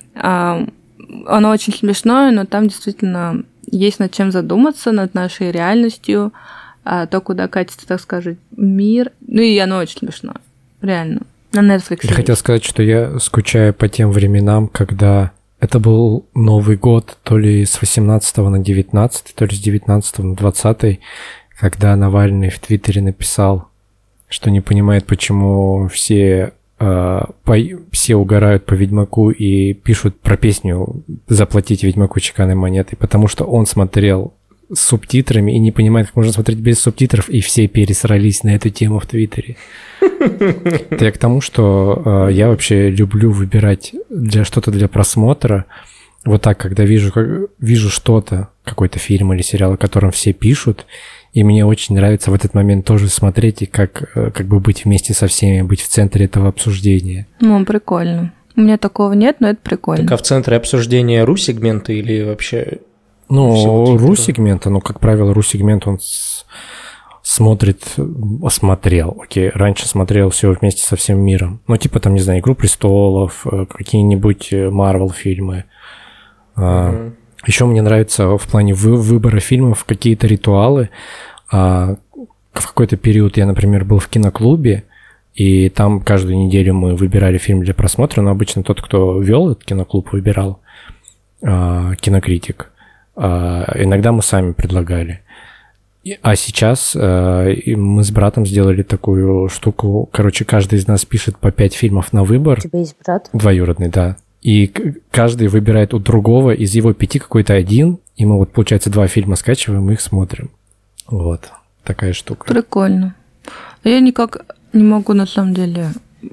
Оно очень смешное, но там действительно есть над чем задуматься, над нашей реальностью, то, куда катится, так сказать, мир. Ну и оно очень смешное. Реально. На Netflix. Я хотел сказать, что я скучаю по тем временам, когда это был Новый год, то ли с 18 на 19, то ли с 19 на 20, когда Навальный в Твиттере написал, что не понимает, почему все угорают по Ведьмаку и пишут про песню «Заплатите Ведьмаку чеканной монетой», потому что он смотрел с субтитрами и не понимают, как можно смотреть без субтитров, и все пересрались на эту тему в Твиттере. Это я к тому, что я вообще люблю выбирать что-то для просмотра вот так, когда вижу что-то, какой-то фильм или сериал, о котором все пишут, и мне очень нравится в этот момент тоже смотреть и как бы быть вместе со всеми, быть в центре этого обсуждения. Ну, прикольно. У меня такого нет, но это прикольно. Так, а в центре обсуждения ру-сегмента или вообще... Ну, ру-сегмента, как правило, ру-сегмент, он смотрел, раньше смотрел все вместе со всем миром. Ну, типа там, не знаю, «Игру престолов», какие-нибудь Марвел-фильмы. Еще мне нравится в плане выбора фильмов какие-то ритуалы. В какой-то период я, например, был в киноклубе, и там каждую неделю мы выбирали фильм для просмотра, но обычно тот, кто вел этот киноклуб, выбирал кинокритик. Иногда мы сами предлагали. А сейчас мы с братом сделали такую штуку. Короче, каждый из нас пишет по 5 фильмов на выбор. У тебя есть брат? Двоюродный, да. И каждый выбирает у другого из его 5 какой-то один, и мы получается 2 фильма скачиваем и их смотрим. Вот, такая штука. Прикольно. А я никак не могу, на самом деле,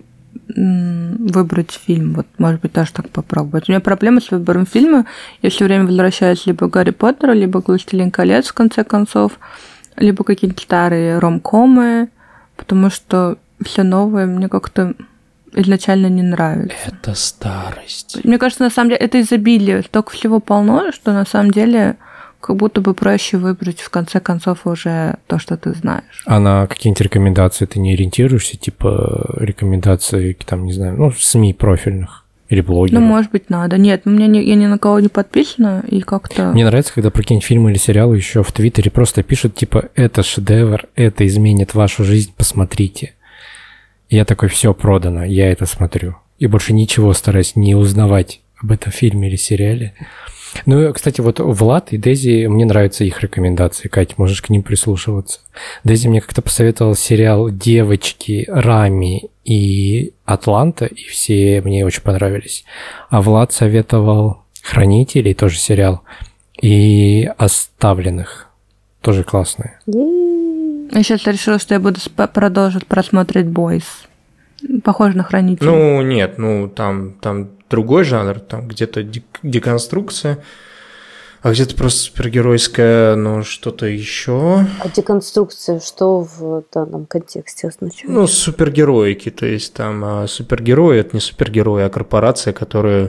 выбрать фильм. Вот, может быть, даже так попробовать. У меня проблема с выбором фильма. Я все время возвращаюсь либо к Гарри Поттеру, либо к «Властелин колец», в конце концов, либо какие-то старые ромкомы, потому что все новое мне как-то изначально не нравится. Это старость. Мне кажется, на самом деле, это изобилие. Столько всего полно, что на самом деле как будто бы проще выбрать в конце концов уже то, что ты знаешь. А на какие-нибудь рекомендации ты не ориентируешься? Типа рекомендации, там, не знаю, СМИ профильных или блогеров? Ну, может быть, надо. Нет, я ни на кого не подписана, и как-то... Мне нравится, когда про какие-нибудь фильмы или сериалы еще в Твиттере просто пишут, типа, это шедевр, это изменит вашу жизнь, посмотрите. И я такой, все продано, я это смотрю. И больше ничего стараюсь не узнавать об этом фильме или сериале. Ну, кстати, вот Влад и Дези, мне нравятся их рекомендации. Кать, можешь к ним прислушиваться. Дези мне как-то посоветовал сериал «Девочки», «Рами» и «Атланта», и все мне очень понравились. А Влад советовал «Хранителей», тоже сериал, и «Оставленных», тоже классные. Я сейчас решила, что я буду продолжить просмотреть «Бойс». Похоже на «Хранителей». Ну, нет, там другой жанр, там где-то деконструкция, а где-то просто супергеройская, что-то еще. А деконструкция что в данном контексте означает? Ну, супергероики, то есть там супергерои – это не супергерои, а корпорация, которая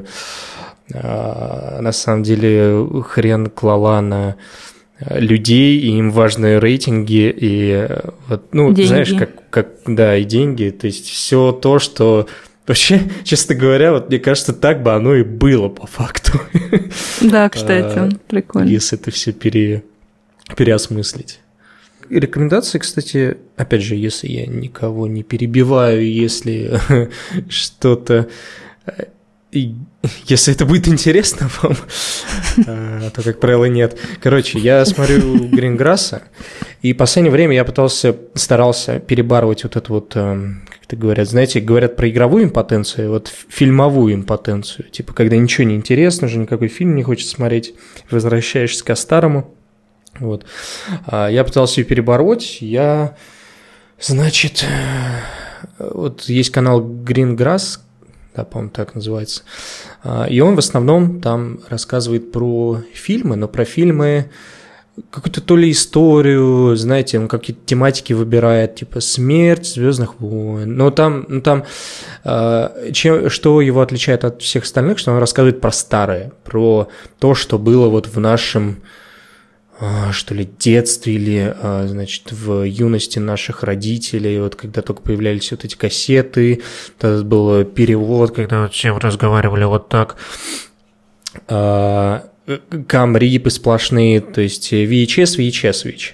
на самом деле хрен клала на людей, и им важны рейтинги, и вот, деньги. Знаешь, да, и деньги, то есть все то, что вообще, честно говоря, вот мне кажется, так бы оно и было по факту. Да, кстати, прикольно. Если это все переосмыслить. И рекомендации, кстати, опять же, если я никого не перебиваю, если что-то... Если это будет интересно вам, то, как правило, нет. Короче, я смотрю Гринграсса, и в последнее время я старался перебарывать вот это вот, как это говорят, знаете, говорят про игровую импотенцию, вот фильмовую импотенцию, типа, когда ничего не интересно, уже никакой фильм не хочется смотреть, возвращаешься ко старому. Вот. Я пытался ее перебороть, значит, вот есть канал Гринграсс, да, по-моему, так называется. И он в основном там рассказывает про фильмы, но про фильмы какую-то то ли историю, знаете, он какие-то тематики выбирает, типа смерть, Звездных войн. Но там что его отличает от всех остальных, что он рассказывает про старое, про то, что было вот в нашем, что ли, детстве или, значит, в юности наших родителей, вот когда только появлялись вот эти кассеты, тогда был перевод, когда вот все разговаривали вот так, камрипы сплошные, то есть VHS.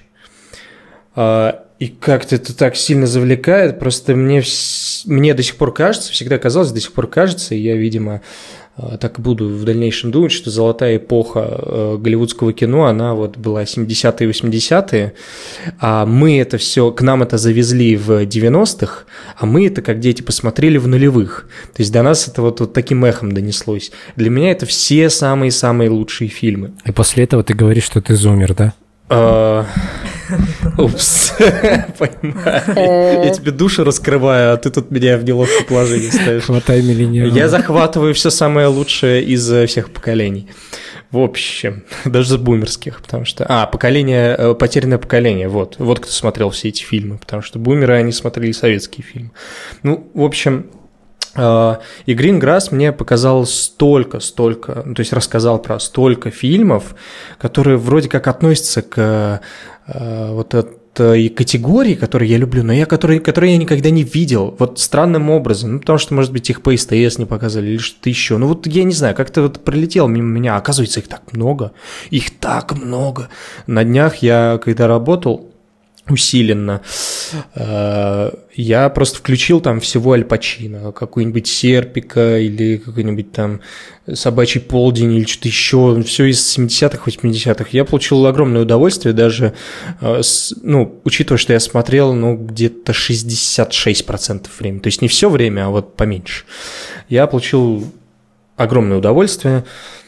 И как-то это так сильно завлекает, просто мне до сих пор кажется, всегда казалось, до сих пор кажется, и я, видимо, так и буду в дальнейшем думать, что золотая эпоха голливудского кино, она вот была 70-е и 80-е, а мы это все, к нам это завезли в 90-х, а мы это как дети посмотрели в нулевых. То есть до нас это вот таким эхом донеслось. Для меня это все самые-самые лучшие фильмы. И после этого ты говоришь, что ты зумер, да? Упс, понимаю. Я тебе душу раскрываю, а ты тут меня в неловкое положение ставишь. Хватай миллениала. Я захватываю все самое лучшее из всех поколений. В общем, даже бумерских, потому что... потерянное поколение, вот кто смотрел все эти фильмы, потому что бумеры, они смотрели советские фильмы. Ну, в общем... И Гринграсс мне показал столько, то есть рассказал про столько фильмов, которые вроде как относятся к вот этой категории, которую я люблю, но которые я никогда не видел, вот странным образом, потому что, может быть, их по СТС не показали или что-то еще, ну вот я не знаю, как-то вот пролетело мимо меня, оказывается, их так много. На днях я, когда работал, усиленно. Я просто включил там всего Аль Пачино, какой-нибудь Серпика или какой-нибудь там Собачий полдень или что-то еще, все из 70-х, 80-х. Я получил огромное удовольствие, даже, учитывая, что я смотрел, где-то 66% времени. То есть не все время, а вот поменьше. Я получил огромное удовольствие.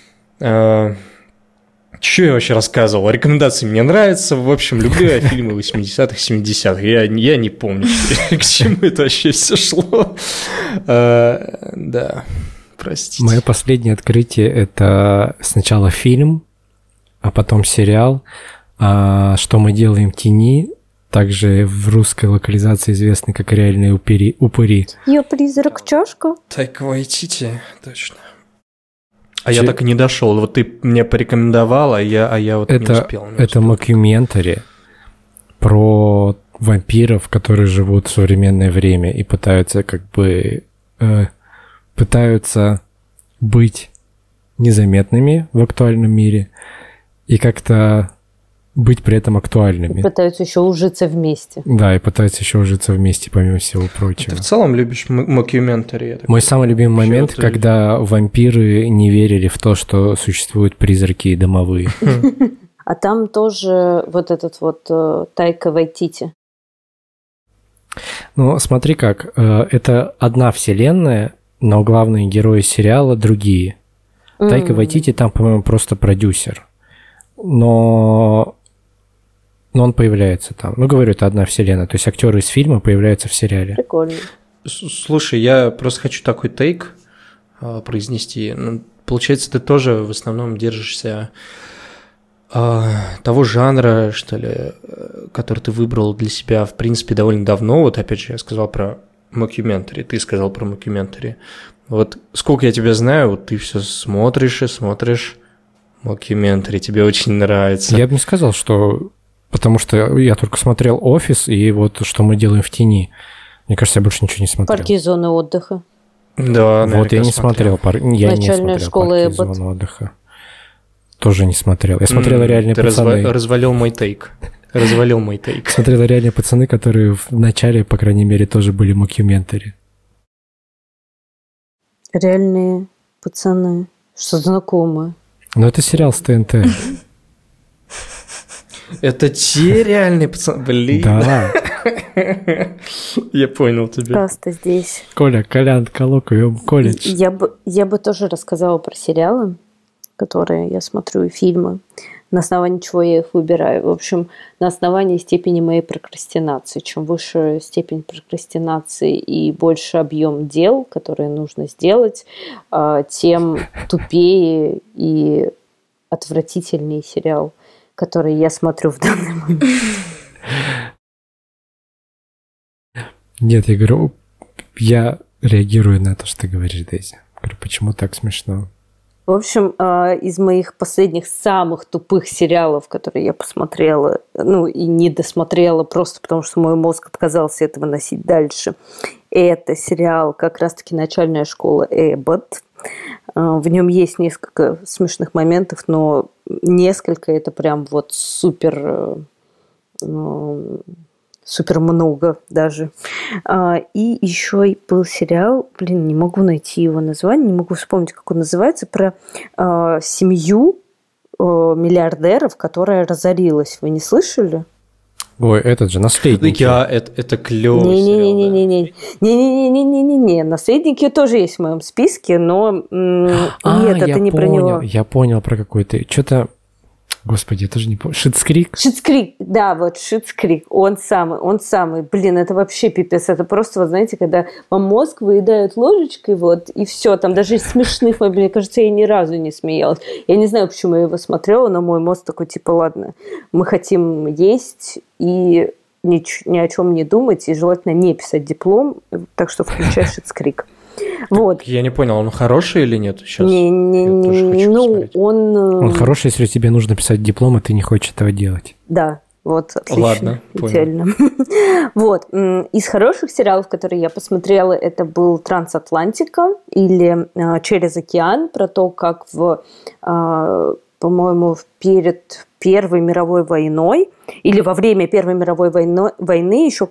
Что я вообще рассказывал? Рекомендации мне нравятся. В общем, люблю я фильмы 80-х, 70-х. Я не помню, к чему это вообще все шло. Да, простите. Мое последнее открытие – это сначала фильм, а потом сериал «Что мы делаем в тени», также в русской локализации известный как «Реальные упыри». Я призрак чашка. Тайка Вайтити, точно. Я так и не дошел. Вот ты мне порекомендовал, а я вот не успел. Это мокюментари про вампиров, которые живут в современное время и пытаются пытаются быть незаметными в актуальном мире и как-то быть при этом актуальными. И пытаются еще ужиться вместе. Да, и пытаются еще ужиться вместе, помимо всего прочего. Ты в целом любишь мокюментари? Мой самый любимый момент, когда вампиры не верили в то, что существуют призраки домовые. А там тоже вот этот вот Тайка Вайтити. Ну, смотри как, это одна вселенная, но главные герои сериала другие. Тайка Вайтити там, по-моему, просто продюсер. Но он появляется там. Говорю, это одна вселенная. То есть актеры из фильма появляются в сериале. Прикольно. Слушай, я просто хочу такой тейк произнести. Получается, ты тоже в основном держишься того жанра, что ли, который ты выбрал для себя, в принципе, довольно давно. Вот опять же, я сказал про мокюментари, ты сказал про мокюментари. Вот сколько я тебя знаю, вот ты все смотришь и смотришь мокюментари, тебе очень нравится. Я бы не сказал, что... Потому что я только смотрел «Офис» и вот «Что мы делаем в тени». Мне кажется, я больше ничего не смотрел. Парки и зоны отдыха. Да, вот я не смотрел. Начальная школа «Парки и зоны отдыха». Тоже не смотрел. Я смотрел «Реальные пацаны». Ты развалил мой тейк. Смотрел «Реальные пацаны», которые в начале, по крайней мере, тоже были мокюментари. «Реальные пацаны». Что знакомое. Но это сериал с ТНТ. Это те реальные пацаны? Блин. Да. Я понял тебя. Просто здесь. Колян, коллоквиум, колледж. Я бы тоже рассказала про сериалы, которые я смотрю, и фильмы. На основании чего я их выбираю. В общем, на основании степени моей прокрастинации. Чем выше степень прокрастинации и больше объем дел, которые нужно сделать, тем тупее и отвратительнее сериал, который я смотрю в данный момент. Нет, я говорю, я реагирую на то, что ты говоришь, Дейзи. Говорю, почему так смешно? В общем, из моих последних самых тупых сериалов, которые я посмотрела, и не досмотрела, просто потому что мой мозг отказался это выносить дальше, это сериал как раз-таки «Начальная школа Эббот». В нем есть несколько смешных моментов, но несколько это прям вот супер много даже. И еще был сериал, не могу найти его название, не могу вспомнить, как он называется, про семью миллиардеров, которая разорилась. Вы не слышали? Ой, этот же «Наследники». Это клёвый Не-не-не-не-не-не. «Наследники» тоже есть в моем списке, но нет, это не про него. Я понял про какой-то. Что-то Господи, я тоже не помню. Шитс Крик? Шитс Крик, да, вот Шитс Крик, он самый. Блин, это вообще пипец. Это просто, вот знаете, когда вам мозг выедают ложечкой, вот, и все. Там даже из смешных, мне кажется, я ни разу не смеялась. Я не знаю, почему я его смотрела, но мой мозг такой, типа, ладно, мы хотим есть и ни о чем не думать, и желательно не писать диплом, так что включай Шитс Крик. Вот. Я не понял, он хороший или нет сейчас? Он хороший, если тебе нужно писать диплом, и ты не хочешь этого делать. Да, вот, отлично. Ладно, идеально. Вот. Из хороших сериалов, которые я посмотрела, это был «Трансатлантика» или «Через океан», про то, как по-моему, перед Первой мировой войной или во время Первой мировой войны еще,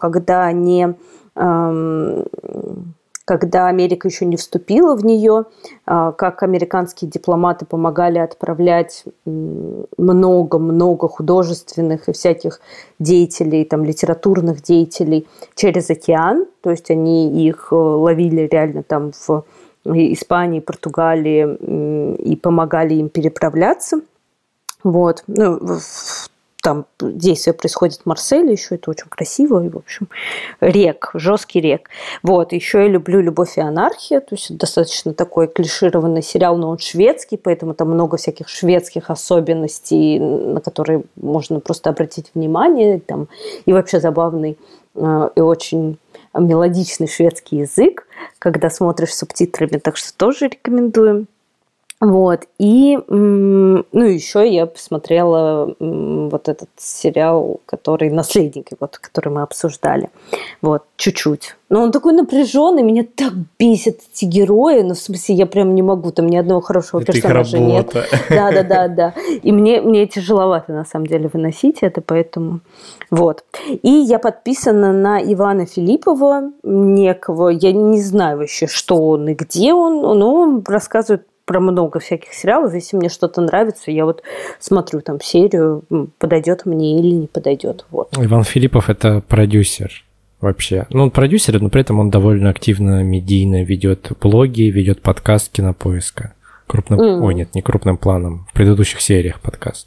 когда Америка еще не вступила в нее, как американские дипломаты помогали отправлять много-много художественных и всяких деятелей, там, литературных деятелей через океан. То есть они их ловили реально там в Испании, Португалии и помогали им переправляться. Вот. Ну, там действие происходит в Марселе, еще это очень красиво, и, в общем, жесткий рек. Вот, еще я люблю «Любовь и анархия», то есть достаточно такой клишированный сериал, но он шведский, поэтому там много всяких шведских особенностей, на которые можно просто обратить внимание, там, и вообще забавный и очень мелодичный шведский язык, когда смотришь с субтитрами, так что тоже рекомендуем. Вот. И, еще я посмотрела вот этот сериал, который «Наследники», вот, который мы обсуждали. Вот, чуть-чуть. Но он такой напряженный, меня так бесят эти герои, в смысле, я прям не могу, там ни одного хорошего персонажа нет. Да. И мне тяжеловато, на самом деле, выносить это, поэтому... Вот. И я подписана на Ивана Филиппова, некого, я не знаю вообще, что он и где он, но он рассказывает про много всяких сериалов. Если мне что-то нравится, я вот смотрю там серию, подойдет мне или не подойдет. Вот. Иван Филиппов – это продюсер вообще. Ну, он продюсер, но при этом он довольно активно, медийно ведет блоги, ведет подкаст «Кинопоиска». Не крупным планом, в предыдущих сериях подкаст.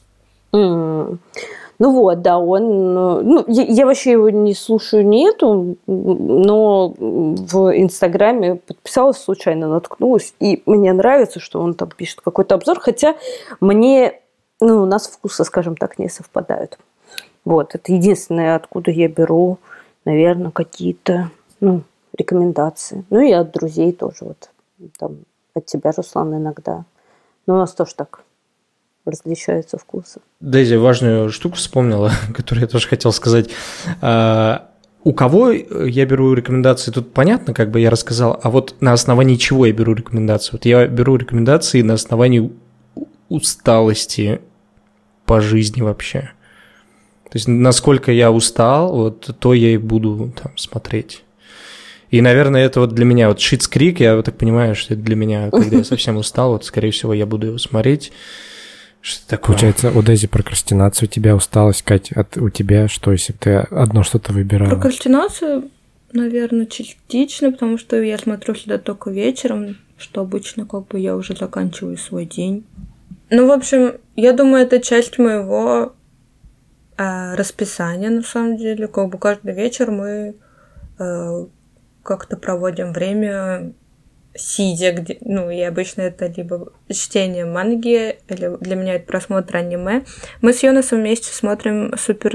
Ну вот, да, он... я вообще его не слушаю, нету, но в Инстаграме подписалась, случайно наткнулась, и мне нравится, что он там пишет какой-то обзор, хотя у нас вкусы, скажем так, не совпадают. Вот, это единственное, откуда я беру, наверное, какие-то, рекомендации. Ну и от друзей тоже, вот, там, от тебя, Руслан, иногда. Но у нас тоже так различаются вкусы. Дейзи важную штуку вспомнила, которую я тоже хотел сказать. У кого я беру рекомендации, тут понятно, как бы я рассказал, а вот на основании чего я беру рекомендации? Вот я беру рекомендации на основании усталости по жизни вообще. То есть насколько я устал, вот то я и буду там смотреть. И, наверное, это вот для меня, вот «Шитс Крик», я вот так понимаю, что это для меня, когда я совсем устал, вот, скорее всего, я буду его смотреть. Что такое? Получается, у Дейзи прокрастинация, у тебя усталость, Кать, у тебя что, если бы ты одно что-то выбирала? Прокрастинация, наверное, частично, потому что я смотрю сюда только вечером, что обычно как бы я уже заканчиваю свой день. Ну, в общем, я думаю, это часть моего расписания, на самом деле. Как бы каждый вечер мы как-то проводим время сидя, и обычно это либо чтение манги, или для меня это просмотр аниме. Мы с Йонасом вместе смотрим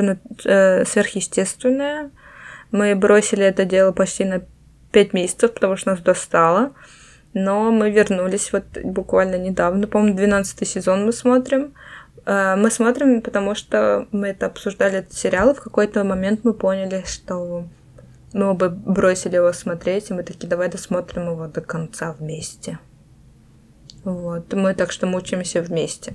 сверхъестественное. Мы бросили это дело почти на 5 месяцев, потому что нас достало. Но мы вернулись вот буквально недавно. По-моему, 12-й сезон мы смотрим. Мы смотрим, потому что мы это обсуждали, этот сериал, и в какой-то момент мы поняли, что мы оба бросили его смотреть, и мы такие, давай досмотрим его до конца вместе. Вот. Мы так что мучаемся вместе.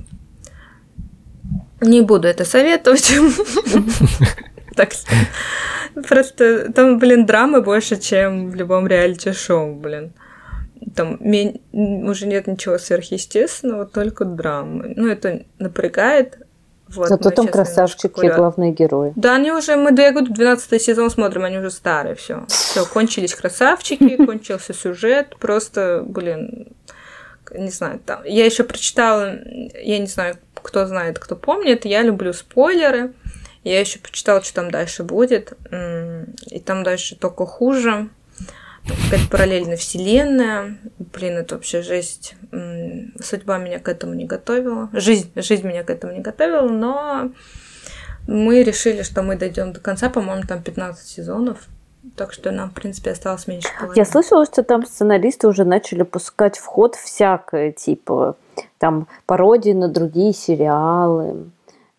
Не буду это советовать. Так, просто там, драмы больше, чем в любом реалити-шоу, Там уже нет ничего сверхъестественного, только драмы. Это напрягает. Вот, зато там красавчики, главные герои. Да, они уже, я говорю, 12-й сезон смотрим, они уже старые, все, кончились красавчики, кончился сюжет, просто, не знаю, там. Я еще прочитала, я не знаю, кто знает, кто помнит, я люблю спойлеры. Я еще почитала, что там дальше будет. И там дальше только хуже. Какая-то параллельная вселенная. Блин, это вообще жесть. Судьба меня к этому не готовила. Жизнь меня к этому не готовила, но мы решили, что мы дойдем до конца. По-моему, там 15 сезонов. Так что нам, в принципе, осталось меньше половины. Я слышала, что там сценаристы уже начали пускать в ход всякое, типа там пародии на другие сериалы,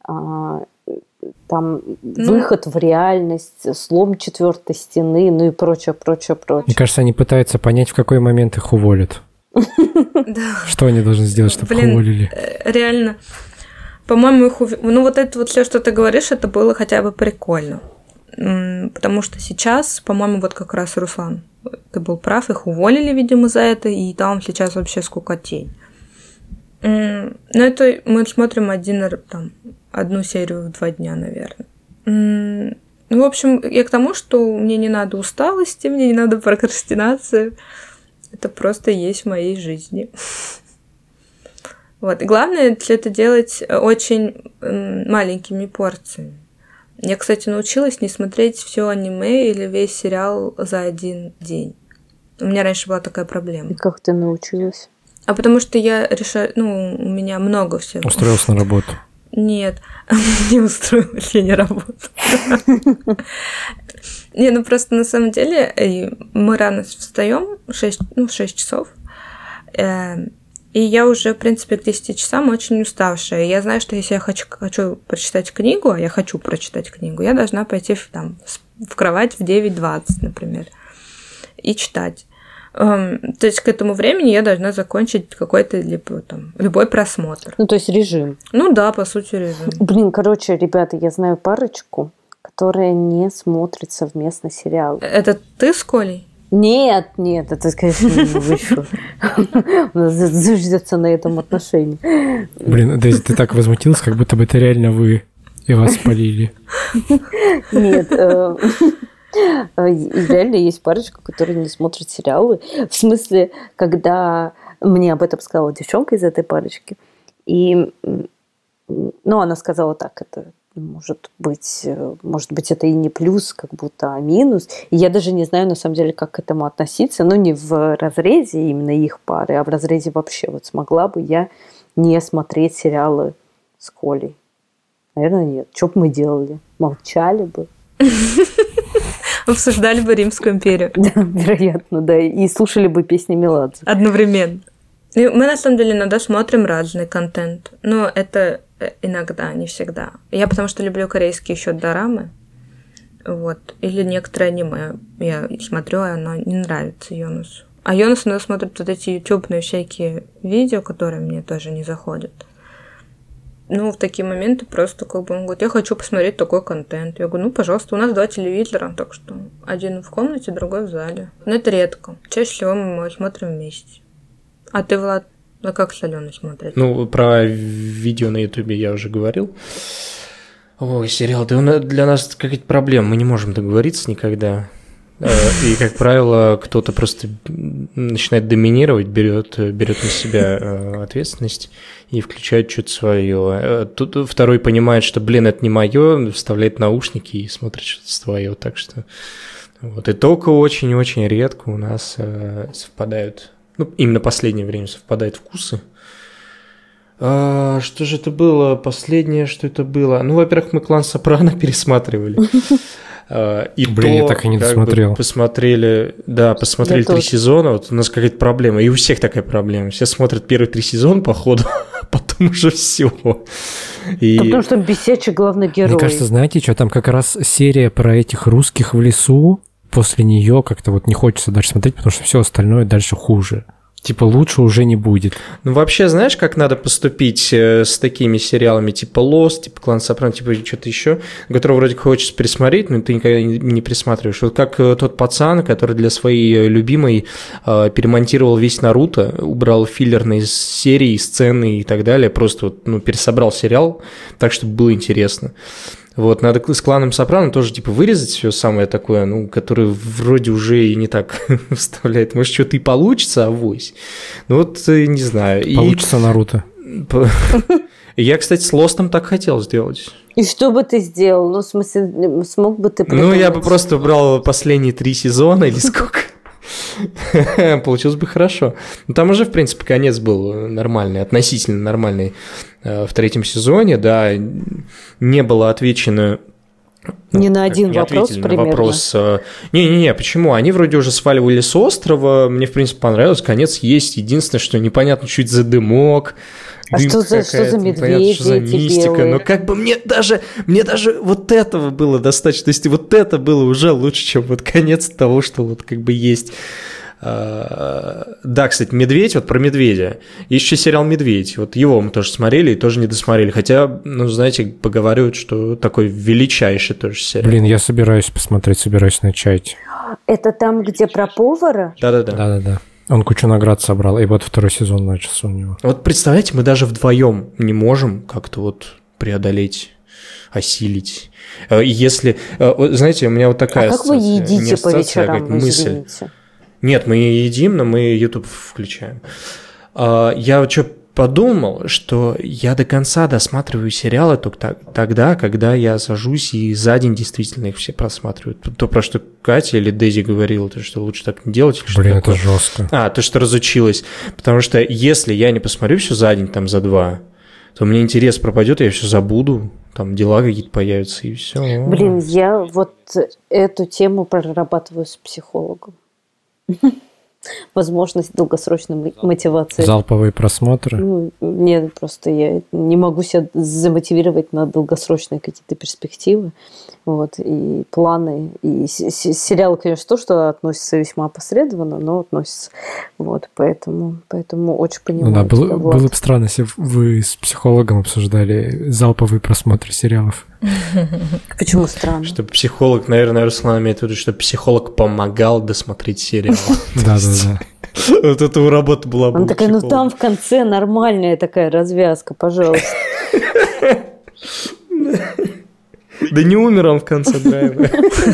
там выход в реальность, слом четвертой стены, ну и прочее. Мне кажется, они пытаются понять, в какой момент их уволят. Что они должны сделать, чтобы их уволили? Реально. По-моему, их ну вот это вот все, что ты говоришь, это было хотя бы прикольно. Потому что сейчас, по-моему, вот как раз Руслан, ты был прав, их уволили, видимо, за это, и там сейчас вообще скукотень. Но это мы смотрим одну серию в 2 дня, наверное. Ну, в общем, я к тому, что мне не надо усталости, мне не надо прокрастинации. Это просто есть в моей жизни. Вот. И главное это делать очень маленькими порциями. Я, кстати, научилась не смотреть все аниме или весь сериал за один день. У меня раньше была такая проблема. И как ты научилась? А потому что я решаю, у меня много всего. Устроился на работу? Нет, не устроилась, я не работаю. Не, просто на самом деле мы рано встаем, 6 часов, и я уже, в принципе, к 10 часам очень уставшая. Я знаю, что если я хочу прочитать книгу, а я хочу прочитать книгу, я должна пойти в кровать в 9:20, например, и читать. То есть к этому времени я должна закончить какой-то любой просмотр. Ну, то есть режим. Ну да, по сути, режим. Блин, короче, ребята, я знаю парочку, которая не смотрит совместно сериалы. Это ты с Колей? Нет, это, конечно, не выше. У нас заждется на этом отношении. Блин, Дейзи, ты так возмутилась, как будто бы это реально вы, и вас спалили. Нет, реально есть парочка, которые не смотрят сериалы. В смысле, когда мне об этом сказала девчонка из этой парочки, и, она сказала так, это может быть, это и не плюс, как будто, а минус. И я даже не знаю, на самом деле, как к этому относиться. Не в разрезе именно их пары, а в разрезе вообще. Вот смогла бы я не смотреть сериалы с Колей? Наверное, нет. Что бы мы делали? Молчали бы? Обсуждали бы Римскую империю. Да, вероятно, да. И слушали бы песни Меладзе. Одновременно. Мы, на самом деле, иногда смотрим разный контент. Но это иногда, не всегда. Я потому что люблю корейские еще дорамы. Вот. Или некоторые аниме. Я смотрю, и оно не нравится Йонасу. А Йонас иногда смотрит вот эти ютубные всякие видео, которые мне тоже не заходят. В такие моменты просто он говорит, я хочу посмотреть такой контент. Я говорю, пожалуйста, у нас 2 телевизора, так что один в комнате, другой в зале. Но это редко. Чаще всего мы смотрим вместе. А ты, Влад, как с Аленой смотреть? Про видео на Ютубе я уже говорил. Ой, сериал, да для нас какая-то проблема, мы не можем договориться никогда. И, как правило, кто-то просто начинает доминировать, берет на себя ответственность и включает что-то свое. Тут второй понимает, что, это не мое, вставляет наушники и смотрит что-то свое. Так что вот. И только очень-очень редко у нас совпадают, именно в последнее время совпадают вкусы. Что же это было? Последнее, что это было? Во-первых, мы «Клан Сопрано» пересматривали. Я так и не досмотрел. Посмотрели 3 сезона. Вот у нас какая-то проблема. И у всех такая проблема. Все смотрят первые 3 сезона, походу, потом уже все. Потому что бесячий главный герой. Мне кажется, знаете, что там как раз серия про этих русских в лесу. После нее как-то не хочется дальше смотреть, потому что все остальное дальше хуже. Лучше уже не будет. Вообще, знаешь, как надо поступить с такими сериалами, типа «Lost», типа «Клан Сопрано», типа что-то еще, которого вроде хочется пересмотреть, но ты никогда не пересматриваешь. Вот как тот пацан, который для своей любимой перемонтировал весь «Наруто», убрал филлерные серии, сцены и так далее, просто пересобрал сериал так, чтобы было интересно. Вот, надо с кланом Сопрано тоже, типа, вырезать все самое такое, ну, которое вроде уже и не так вставляет. Может, что-то и получится, авось. Ну, вот, не знаю. Получится Наруто. Я, кстати, с Лостом так хотел сделать. И что бы ты сделал? Ну, в смысле, смог бы ты придумать? Ну, я бы просто брал последние 3 сезона или сколько. Получилось бы хорошо. Но там уже, в принципе, конец был нормальный, относительно нормальный в 3 сезоне, да, не было отвечено... Не на один вопрос, примерно. Вопрос. Не-не-не, почему? Они вроде уже сваливали с острова, мне, в принципе, понравилось, конец есть. Единственное, что непонятно, что это за дымок. А что за медведи, что за мистика. белые? Но как бы мне даже вот этого было достаточно. То есть вот это было уже лучше, чем вот конец того, что вот как бы есть. Да, кстати, «Медведь», вот про медведя. Есть еще сериал «Медведь», вот его мы тоже смотрели и тоже не досмотрели. Хотя, ну, знаете, поговаривают, что такой величайший тоже сериал. Блин, я собираюсь посмотреть, собираюсь начать. Это там, где про повара? Да-да-да. Да-да-да. Он кучу наград собрал, и вот 2 сезон начался у него. Вот представляете, мы даже вдвоем не можем как-то вот преодолеть, осилить. Если, знаете, у меня вот такая... А как вы едите по вечерам, извините? Нет, мы едим, но мы YouTube включаем. Я вот что подумал, что я до конца досматриваю сериалы только тогда, когда я сажусь и за день действительно их все просматриваю. То, про что Катя или Дэзи говорила, то, что лучше так не делать. Блин, это жестко. То, что разучилась. Потому что если я не посмотрю все за день, там, за 2, то у меня интерес пропадет, я все забуду, там дела какие-то появятся, и все. Блин, я вот эту тему прорабатываю с психологом. Возможность долгосрочной мотивации. Залповые просмотры? Ну, нет, просто я не могу себя замотивировать на долгосрочные какие-то перспективы. Вот, и планы. И сериалы, конечно, то, что относится весьма опосредованно, но относится. Вот, поэтому очень понимаю. Ну да, было бы странно, если вы с психологом обсуждали залповые просмотры сериалов. Почему странно? Чтобы психолог, наверное, Руслан имеет в виду, что психолог помогал досмотреть сериал. Да-да-да. Вот эта работа была бы. Она такая, ну там в конце нормальная такая развязка, пожалуйста. Да не умер он в конце драйва.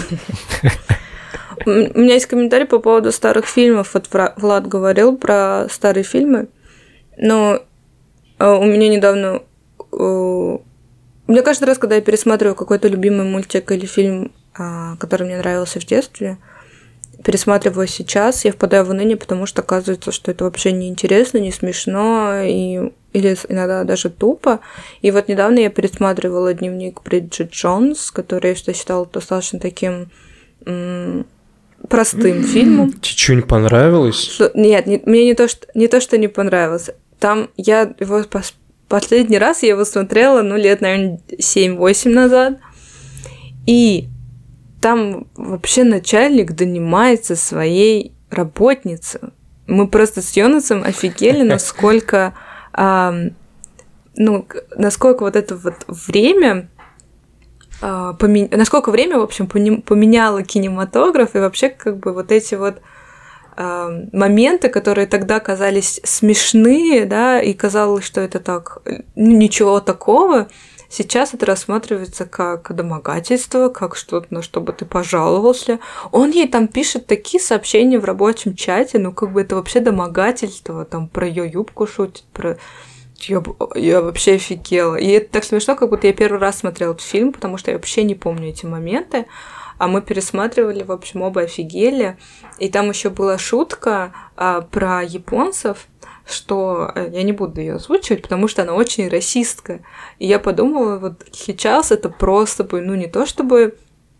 У меня есть комментарий по поводу старых фильмов. Вот Влад говорил про старые фильмы, но у меня недавно... Мне каждый раз, когда я пересматриваю какой-то любимый мультик или фильм, который мне нравился в детстве, пересматриваю сейчас, я впадаю в уныние, потому что оказывается, что это вообще не интересно, не смешно, или иногда даже тупо. И вот недавно я пересматривала «Дневник Бриджит Джонс», который я считала достаточно таким простым фильмом. Тебе что, не понравилось? Нет, мне не то, что не понравилось. Там я его... Последний раз я его смотрела, лет, наверное, 7-8 назад. И там вообще начальник донимается своей работнице. Мы просто с Йонасом офигели, насколько вот это вот время, насколько время, в общем, поменяло кинематограф, и вообще как бы вот эти вот моменты, которые тогда казались смешные, да, и казалось, что это так, ничего такого, сейчас это рассматривается как домогательство, как что-то, на что бы ты пожаловался. Он ей там пишет такие сообщения в рабочем чате, как бы это вообще домогательство, там про ее юбку шутит, про... Я вообще офигела. И это так смешно, как будто я первый раз смотрела этот фильм, потому что я вообще не помню эти моменты. А мы пересматривали, в общем, оба офигели. И там еще была шутка про японцев, что я не буду ее озвучивать, потому что она очень расистская. И я подумала, вот сейчас это просто бы, не то чтобы,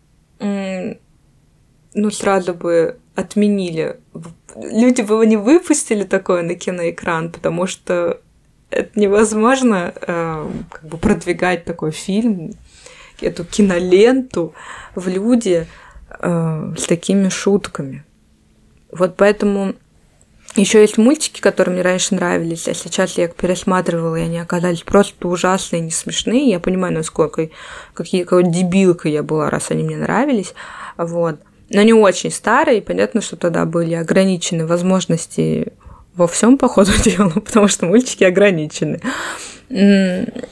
сразу бы отменили. Люди бы не выпустили такое на киноэкран, потому что это невозможно как бы продвигать такой фильм, эту киноленту в люди с такими шутками. Вот поэтому еще есть мультики, которые мне раньше нравились, а сейчас я их пересматривала, и они оказались просто ужасные, не смешные. Я понимаю, какой дебилкой я была, раз они мне нравились. Вот. Но они очень старые, и понятно, что тогда были ограничены возможности во всем, по ходу дела, потому что мультики ограничены.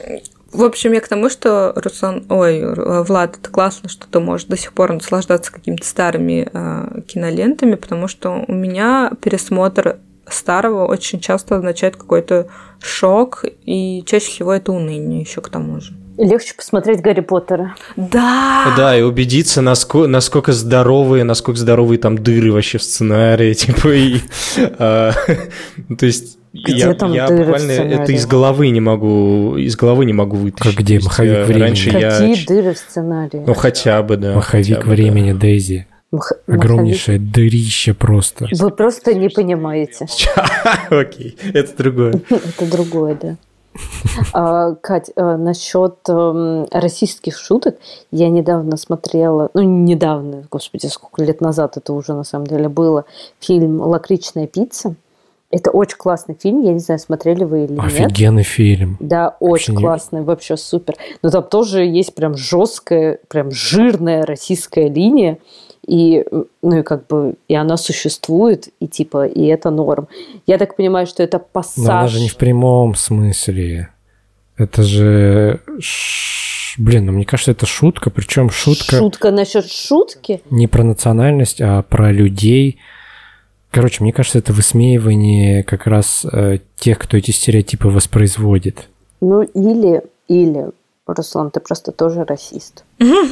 В общем, я к тому, что, Влад, это классно, что ты можешь до сих пор наслаждаться какими-то старыми кинолентами, потому что у меня пересмотр старого очень часто означает какой-то шок, и чаще всего это уныние еще к тому же. Легче посмотреть Гарри Поттера. Да! Да, и убедиться, насколько здоровые там дыры вообще в сценарии, типа, и... То есть... Я буквально это из головы не могу вытащить. Как где? Маховик времени. Какие дыры в сценарии? Ну, хотя бы, да. Маховик времени, Дейзи. Огромнейшее дырище просто. Вы просто не понимаете. Окей, это другое. Это другое, да. Кать, насчет российских шуток, я недавно смотрела, господи, сколько лет назад это уже на самом деле было, фильм «Лакричная пицца». Это очень классный фильм, я не знаю, смотрели вы или нет. Офигенный фильм. Да, очень классный, вообще супер. Но там тоже есть прям жесткая, прям жирная российская линия, и она существует, и это норм. Я так понимаю, что это пассаж. Но она же не в прямом смысле. Это же... мне кажется, это шутка, причем шутка... Шутка насчет шутки? Не про национальность, а про людей. Короче, мне кажется, это высмеивание как раз тех, кто эти стереотипы воспроизводит. Или, Руслан, ты просто тоже расист.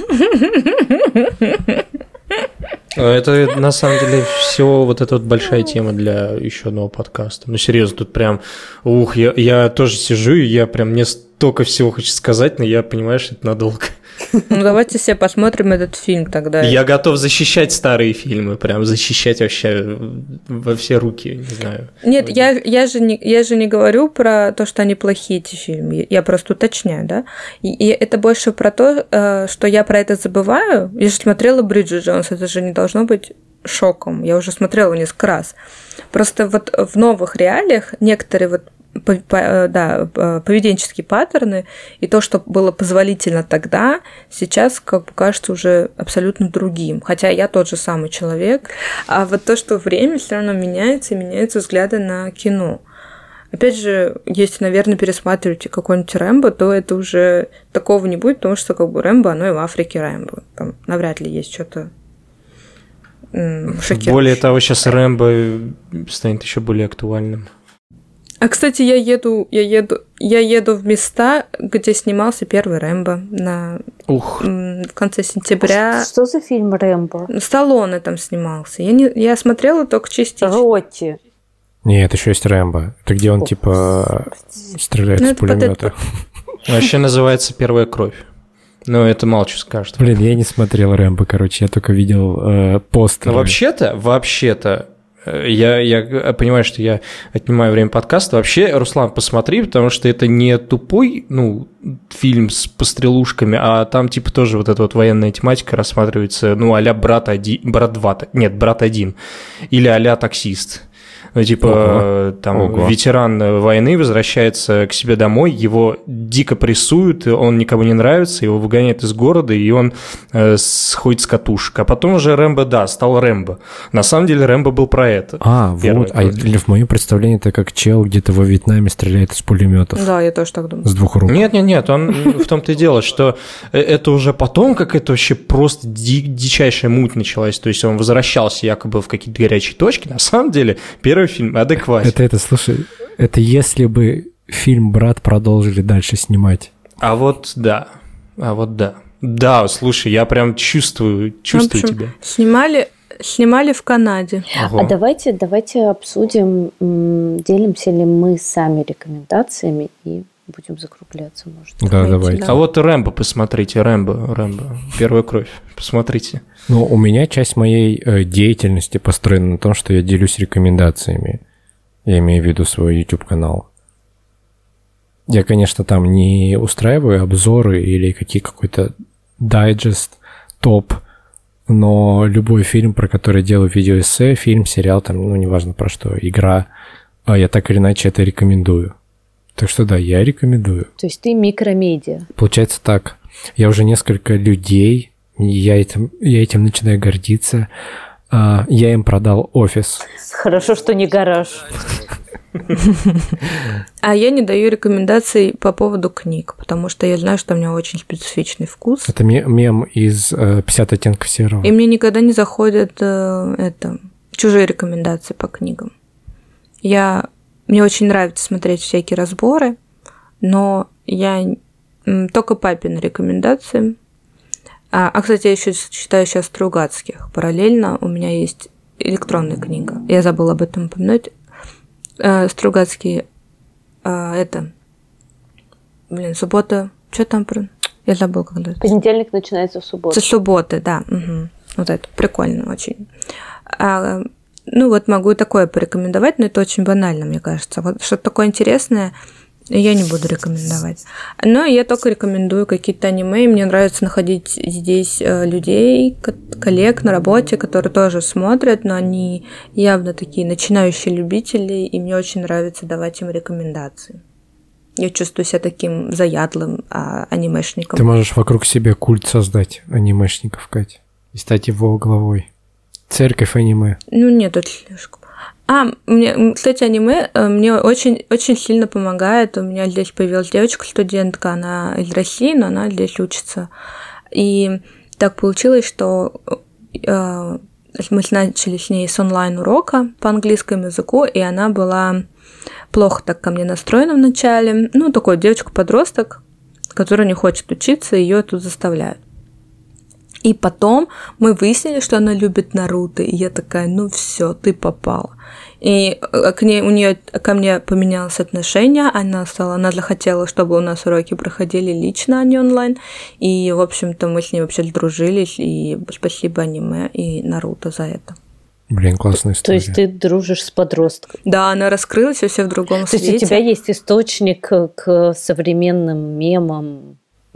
Это, на самом деле, все вот эта вот большая тема для еще одного подкаста. Серьезно, тут прям, я тоже сижу, и я прям, мне столько всего хочу сказать, но я понимаю, что это надолго. Давайте все посмотрим этот фильм тогда. Я готов защищать старые фильмы, прям защищать вообще во все руки, не знаю. Нет, я же не говорю про то, что они плохие, эти фильмы. Я просто уточняю, да? И это больше про то, что я про это забываю. Я же смотрела «Бриджит Джонс», это же не должно быть шоком. Я уже смотрела несколько раз. Просто вот в новых реалиях некоторые поведенческие паттерны и то, что было позволительно тогда, сейчас кажется уже абсолютно другим. Хотя я тот же самый человек, а вот то, что время все равно меняется, и меняются взгляды на кино. Опять же, если, наверное, пересматриваете какой-нибудь Рэмбо, то это уже такого не будет, потому что Рэмбо, оно и в Африке Рэмбо. Там навряд ли есть что-то шокирующее. Более того, сейчас Рэмбо станет еще более актуальным. А, кстати, я еду в места, где снимался первый Рэмбо в конце сентября. Что за фильм Рэмбо? Сталлоне там снимался. Я смотрела только частично. Ротти. Нет, еще есть Рэмбо. Это где он стреляет с пулемета. Вообще называется «Первая кровь». Но это мало что скажет. Я не смотрел Рэмбо, я только видел постеры. Вообще-то, я понимаю, что я отнимаю время подкаста. Вообще, Руслан, посмотри, потому что это не тупой, фильм с пострелушками, а там тоже вот эта вот военная тематика рассматривается, а-ля «Брат 1» или а-ля «Таксист». Ветеран войны возвращается к себе домой, его дико прессуют, он никому не нравится, его выгоняют из города, и он сходит с катушек. А потом уже Рэмбо, стал Рэмбо. На самом деле Рэмбо был про это. В моем представлении это как чел где-то во Вьетнаме стреляет из пулеметов. Да, я тоже так думаю. С двух рук. Нет, он в том-то и дело, что это уже потом какая-то вообще просто дичайшая муть началась. То есть он возвращался якобы в какие-то горячие точки. На самом деле первый фильм адекватен. Слушай, это если бы фильм «Брат» продолжили дальше снимать. А вот да. Да, слушай, я прям чувствую тебя. Снимали в Канаде. Ого. А давайте обсудим, делимся ли мы сами рекомендациями и будем закругляться, может. Да, давайте. А вот Рэмбо посмотрите, Рэмбо, «Первая кровь», посмотрите. У меня часть моей деятельности построена на том, что я делюсь рекомендациями. Я имею в виду свой YouTube-канал. Я, конечно, там не устраиваю обзоры или какой-то дайджест, топ, но любой фильм, про который делаю видеоэссе, фильм, сериал, неважно про что, игра, я так или иначе это рекомендую. Так что да, я рекомендую. То есть ты микромедиа. Получается так. Я уже несколько людей, я этим начинаю гордиться. Я им продал офис. Хорошо, что не гараж. А я не даю рекомендаций по поводу книг, потому что я знаю, что у меня очень специфичный вкус. Это мем из 50 оттенков серого. И мне никогда не заходят чужие рекомендации по книгам. Мне очень нравится смотреть всякие разборы, но я только папины рекомендации. Кстати, я еще читаю сейчас Стругацких. Параллельно у меня есть электронная книга. Я забыла об этом упомянуть. Стругацкий, суббота. Что там про... Я забыла, когда это. Понедельник начинается в субботу. Со субботы, да. Угу. Вот это прикольно очень. Могу такое порекомендовать, но это очень банально, мне кажется. Вот что-то такое интересное я не буду рекомендовать. Но я только рекомендую какие-то аниме. И мне нравится находить здесь людей, коллег на работе, которые тоже смотрят, но они явно такие начинающие любители, и мне очень нравится давать им рекомендации. Я чувствую себя таким заядлым анимешником. Ты можешь вокруг себя культ создать анимешников, Катя, и стать его главой. Церковь аниме. Нет, это слишком. Кстати, аниме мне очень, очень сильно помогает. У меня здесь появилась девочка-студентка, она из России, но она здесь учится. И так получилось, что мы начали с ней с онлайн-урока по английскому языку, и она была плохо так ко мне настроена вначале. Такой девочка-подросток, которая не хочет учиться, ее тут заставляют. И потом мы выяснили, что она любит Наруто, и я такая, все, ты попала. И ко мне поменялось отношение, она захотела, чтобы у нас уроки проходили лично, а не онлайн, и, в общем-то, мы с ней вообще сдружились, и спасибо аниме и Наруто за это. Блин, классная история. То есть ты дружишь с подростком? Да, она раскрылась вообще в другом свете. То есть у тебя есть источник к современным мемам.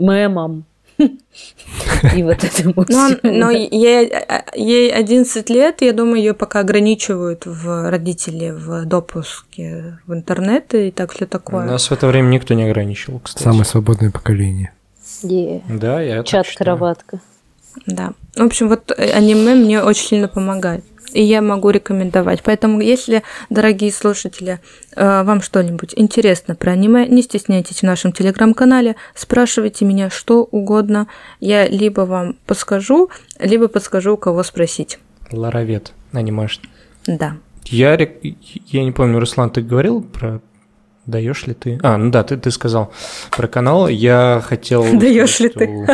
И вот этому но ей 11 лет, я думаю, ее пока ограничивают родители в допуске в интернет и так все такое. Нас в это время никто не ограничивал, кстати. Самое свободное поколение. Да, я Чат-кроватка. Да. В общем, вот аниме мне очень сильно помогает. И я могу рекомендовать. Поэтому, если, дорогие слушатели, вам что-нибудь интересно про аниме, не стесняйтесь в нашем телеграм-канале, спрашивайте меня что угодно. Я либо вам подскажу, либо подскажу, у кого спросить. Ларовед, анимешный. Да. Я не помню, Руслан, ты говорил про... Даешь ли ты? Ты сказал про канал. Я хотел... Даешь ли ты?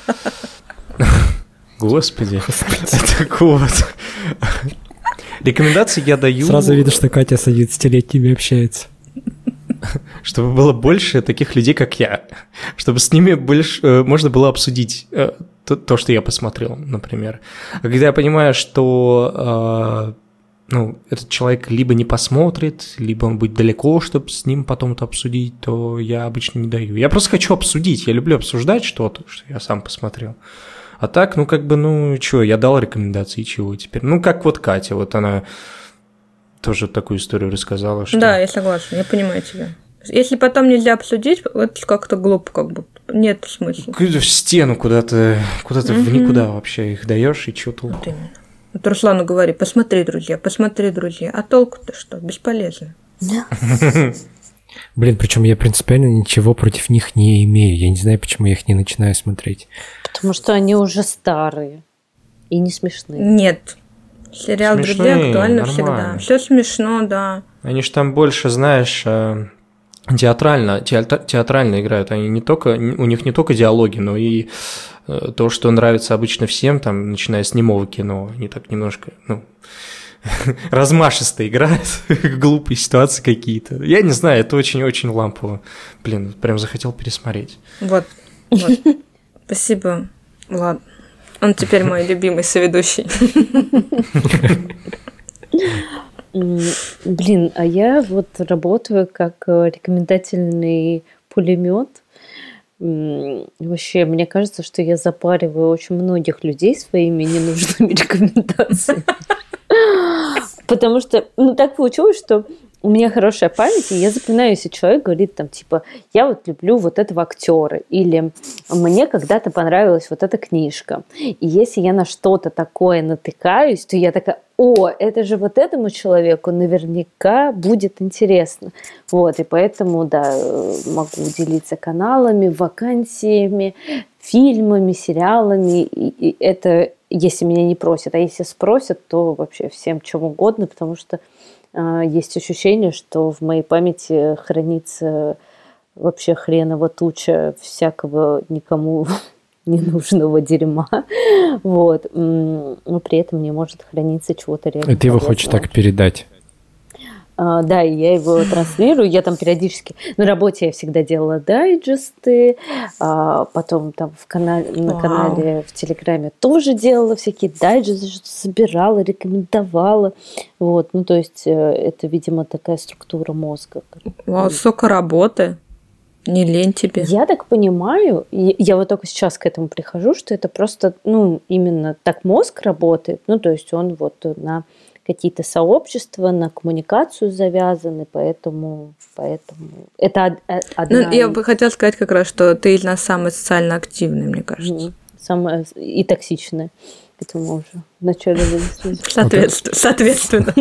Господи. Так вот. Рекомендации я даю... Сразу видно, что Катя с 11-летними общается. Чтобы было больше таких людей, как я. Чтобы с ними больше можно было обсудить то, что я посмотрел, например. А когда я понимаю, что этот человек либо не посмотрит, либо он будет далеко, чтобы с ним потом это обсудить, то я обычно не даю. Я просто хочу обсудить. Я люблю обсуждать что-то, что я сам посмотрел. А так, я дал рекомендации, чего теперь? Как вот Катя, вот она тоже такую историю рассказала, что... Да, я согласна, я понимаю тебя. Если потом нельзя обсудить, это как-то глупо, как будто. Нет смысла. В стену куда-то в никуда вообще их даешь, и что толку? Вот именно. Вот Руслану говори, посмотри, друзья. А толку-то что? Бесполезно. Блин, причем я принципиально ничего против них не имею. Я не знаю, почему я их не начинаю смотреть. Потому что они уже старые и не смешные. Нет. Сериал «Друзья» актуально всегда. Все смешно, да. Они же там больше, знаешь, театрально играют. Они у них не только диалоги, но и то, что нравится обычно всем, там, начиная с немого кино. Они так немножко, размашисто играют, глупые ситуации какие-то. Я не знаю, это очень-очень лампово. Блин, прям захотел пересмотреть. Вот. Спасибо, Влад. Он теперь мой любимый соведущий. Блин, а я вот работаю как рекомендательный пулемет. Вообще, мне кажется, что я запариваю очень многих людей своими ненужными рекомендациями. Потому что, так получилось, что у меня хорошая память, и я запоминаю, если человек говорит там, типа, я вот люблю вот этого актера, или мне когда-то понравилась вот эта книжка. И если я на что-то такое натыкаюсь, то я такая, это же вот этому человеку наверняка будет интересно. Вот, и поэтому, да, могу делиться каналами, вакансиями, фильмами, сериалами. И это, если меня не просят. А если спросят, то вообще всем чем угодно, потому что есть ощущение, что в моей памяти хранится вообще хреново туча всякого никому ненужного дерьма. Вот. Но при этом не может храниться чего-то реально. И ты его хочешь так передать? Да, и я его транслирую. Я там периодически... На работе я всегда делала дайджесты. Потом там на канале в Телеграме тоже делала всякие дайджесты, что-то собирала, рекомендовала. Вот. Ну, то есть это, видимо, такая структура мозга. Вау, столько работы. Не лень тебе. Я так понимаю, я вот только сейчас к этому прихожу, что это просто, именно так мозг работает. Ну, то есть он вот на какие-то сообщества, на коммуникацию завязаны, поэтому это одна... я бы хотела сказать как раз, что ты из нас самый социально активный, мне кажется. Самая и токсичная. Это мы уже вначале выяснили. Соответственно.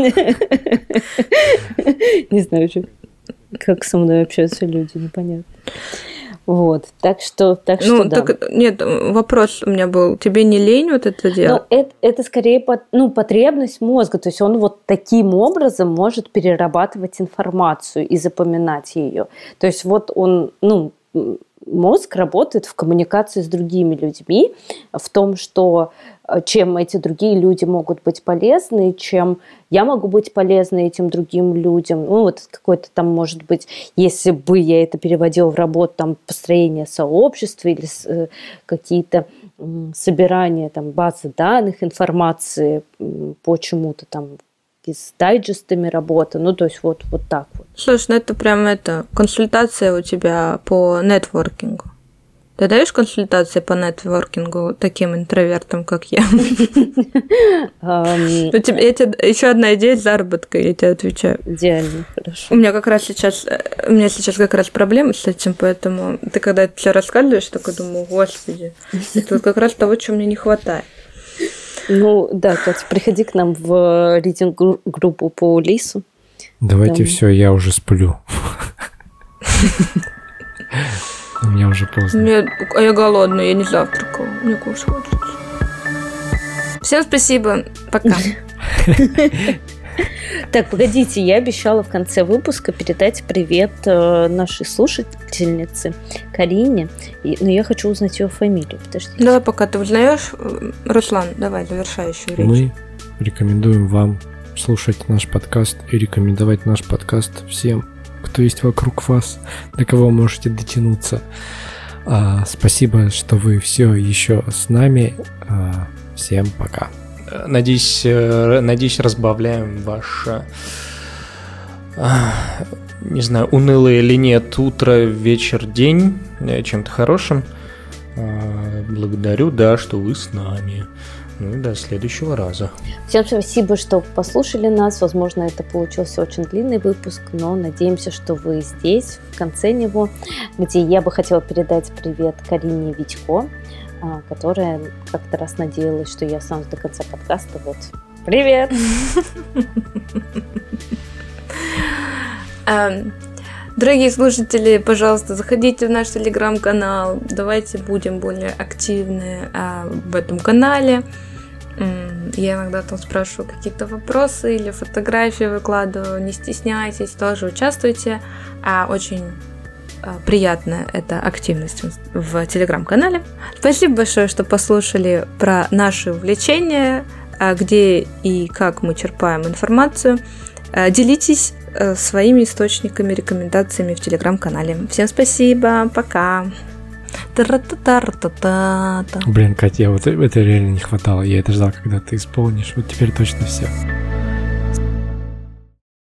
Не знаю, что... Как со мной общаются люди, непонятно. Вот, так что да. Нет, вопрос у меня был. Тебе не лень вот это делать? Это скорее потребность мозга. То есть он вот таким образом может перерабатывать информацию и запоминать ее. То есть вот он, мозг работает в коммуникации с другими людьми, в том, что чем эти другие люди могут быть полезны, чем я могу быть полезна этим другим людям. Вот какой-то там, может быть, если бы я это переводила в работу, там, построение сообщества или какие-то собирания там, базы данных, информации по чему-то там, с дайджестами работа, то есть вот так вот. Слушай, это прям консультация у тебя по нетворкингу. Ты даешь консультации по нетворкингу таким интровертам, как я? Еще одна идея заработка, я тебе отвечаю. Идеально, хорошо. У меня сейчас как раз проблемы с этим, поэтому ты когда это все рассказываешь, такой думаю, господи, это вот как раз того, чего мне не хватает. Да, Катя, приходи к нам в ридинг-группу по Лису. Давайте все, я уже сплю. У меня уже поздно. Я голодная, я не завтракала. Мне кушать хочется. Всем спасибо. Пока. Так, погодите, я обещала в конце выпуска передать привет нашей слушательнице Карине, но я хочу узнать ее фамилию. Подождите. Давай, пока ты узнаешь, Руслан, давай завершающую речь. Мы рекомендуем вам слушать наш подкаст и рекомендовать наш подкаст всем, кто есть вокруг вас, до кого можете дотянуться. Спасибо, что вы все еще с нами. Всем пока. Надеюсь, разбавляем ваше, не знаю, унылое или нет, утро, вечер, день чем-то хорошим. Благодарю, да, что вы с нами. Ну и до следующего раза. Всем спасибо, что послушали нас. Возможно, это получился очень длинный выпуск, но надеемся, что вы здесь, в конце него, где я бы хотела передать привет Карине Витько, которая как-то раз надеялась, что я останусь до конца подкаста. Вот. Привет! Дорогие слушатели, пожалуйста, заходите в наш телеграм-канал. Давайте будем более активны в этом канале. Я иногда там спрашиваю какие-то вопросы или фотографии выкладываю. Не стесняйтесь, тоже участвуйте. Очень приятная эта активность в телеграм-канале. Спасибо большое, что послушали про наши увлечения, где и как мы черпаем информацию. Делитесь своими источниками, рекомендациями в телеграм-канале. Всем спасибо, пока. Блин, Катя, вот это реально не хватало. Я это ждал, когда ты исполнишь. Вот теперь точно все.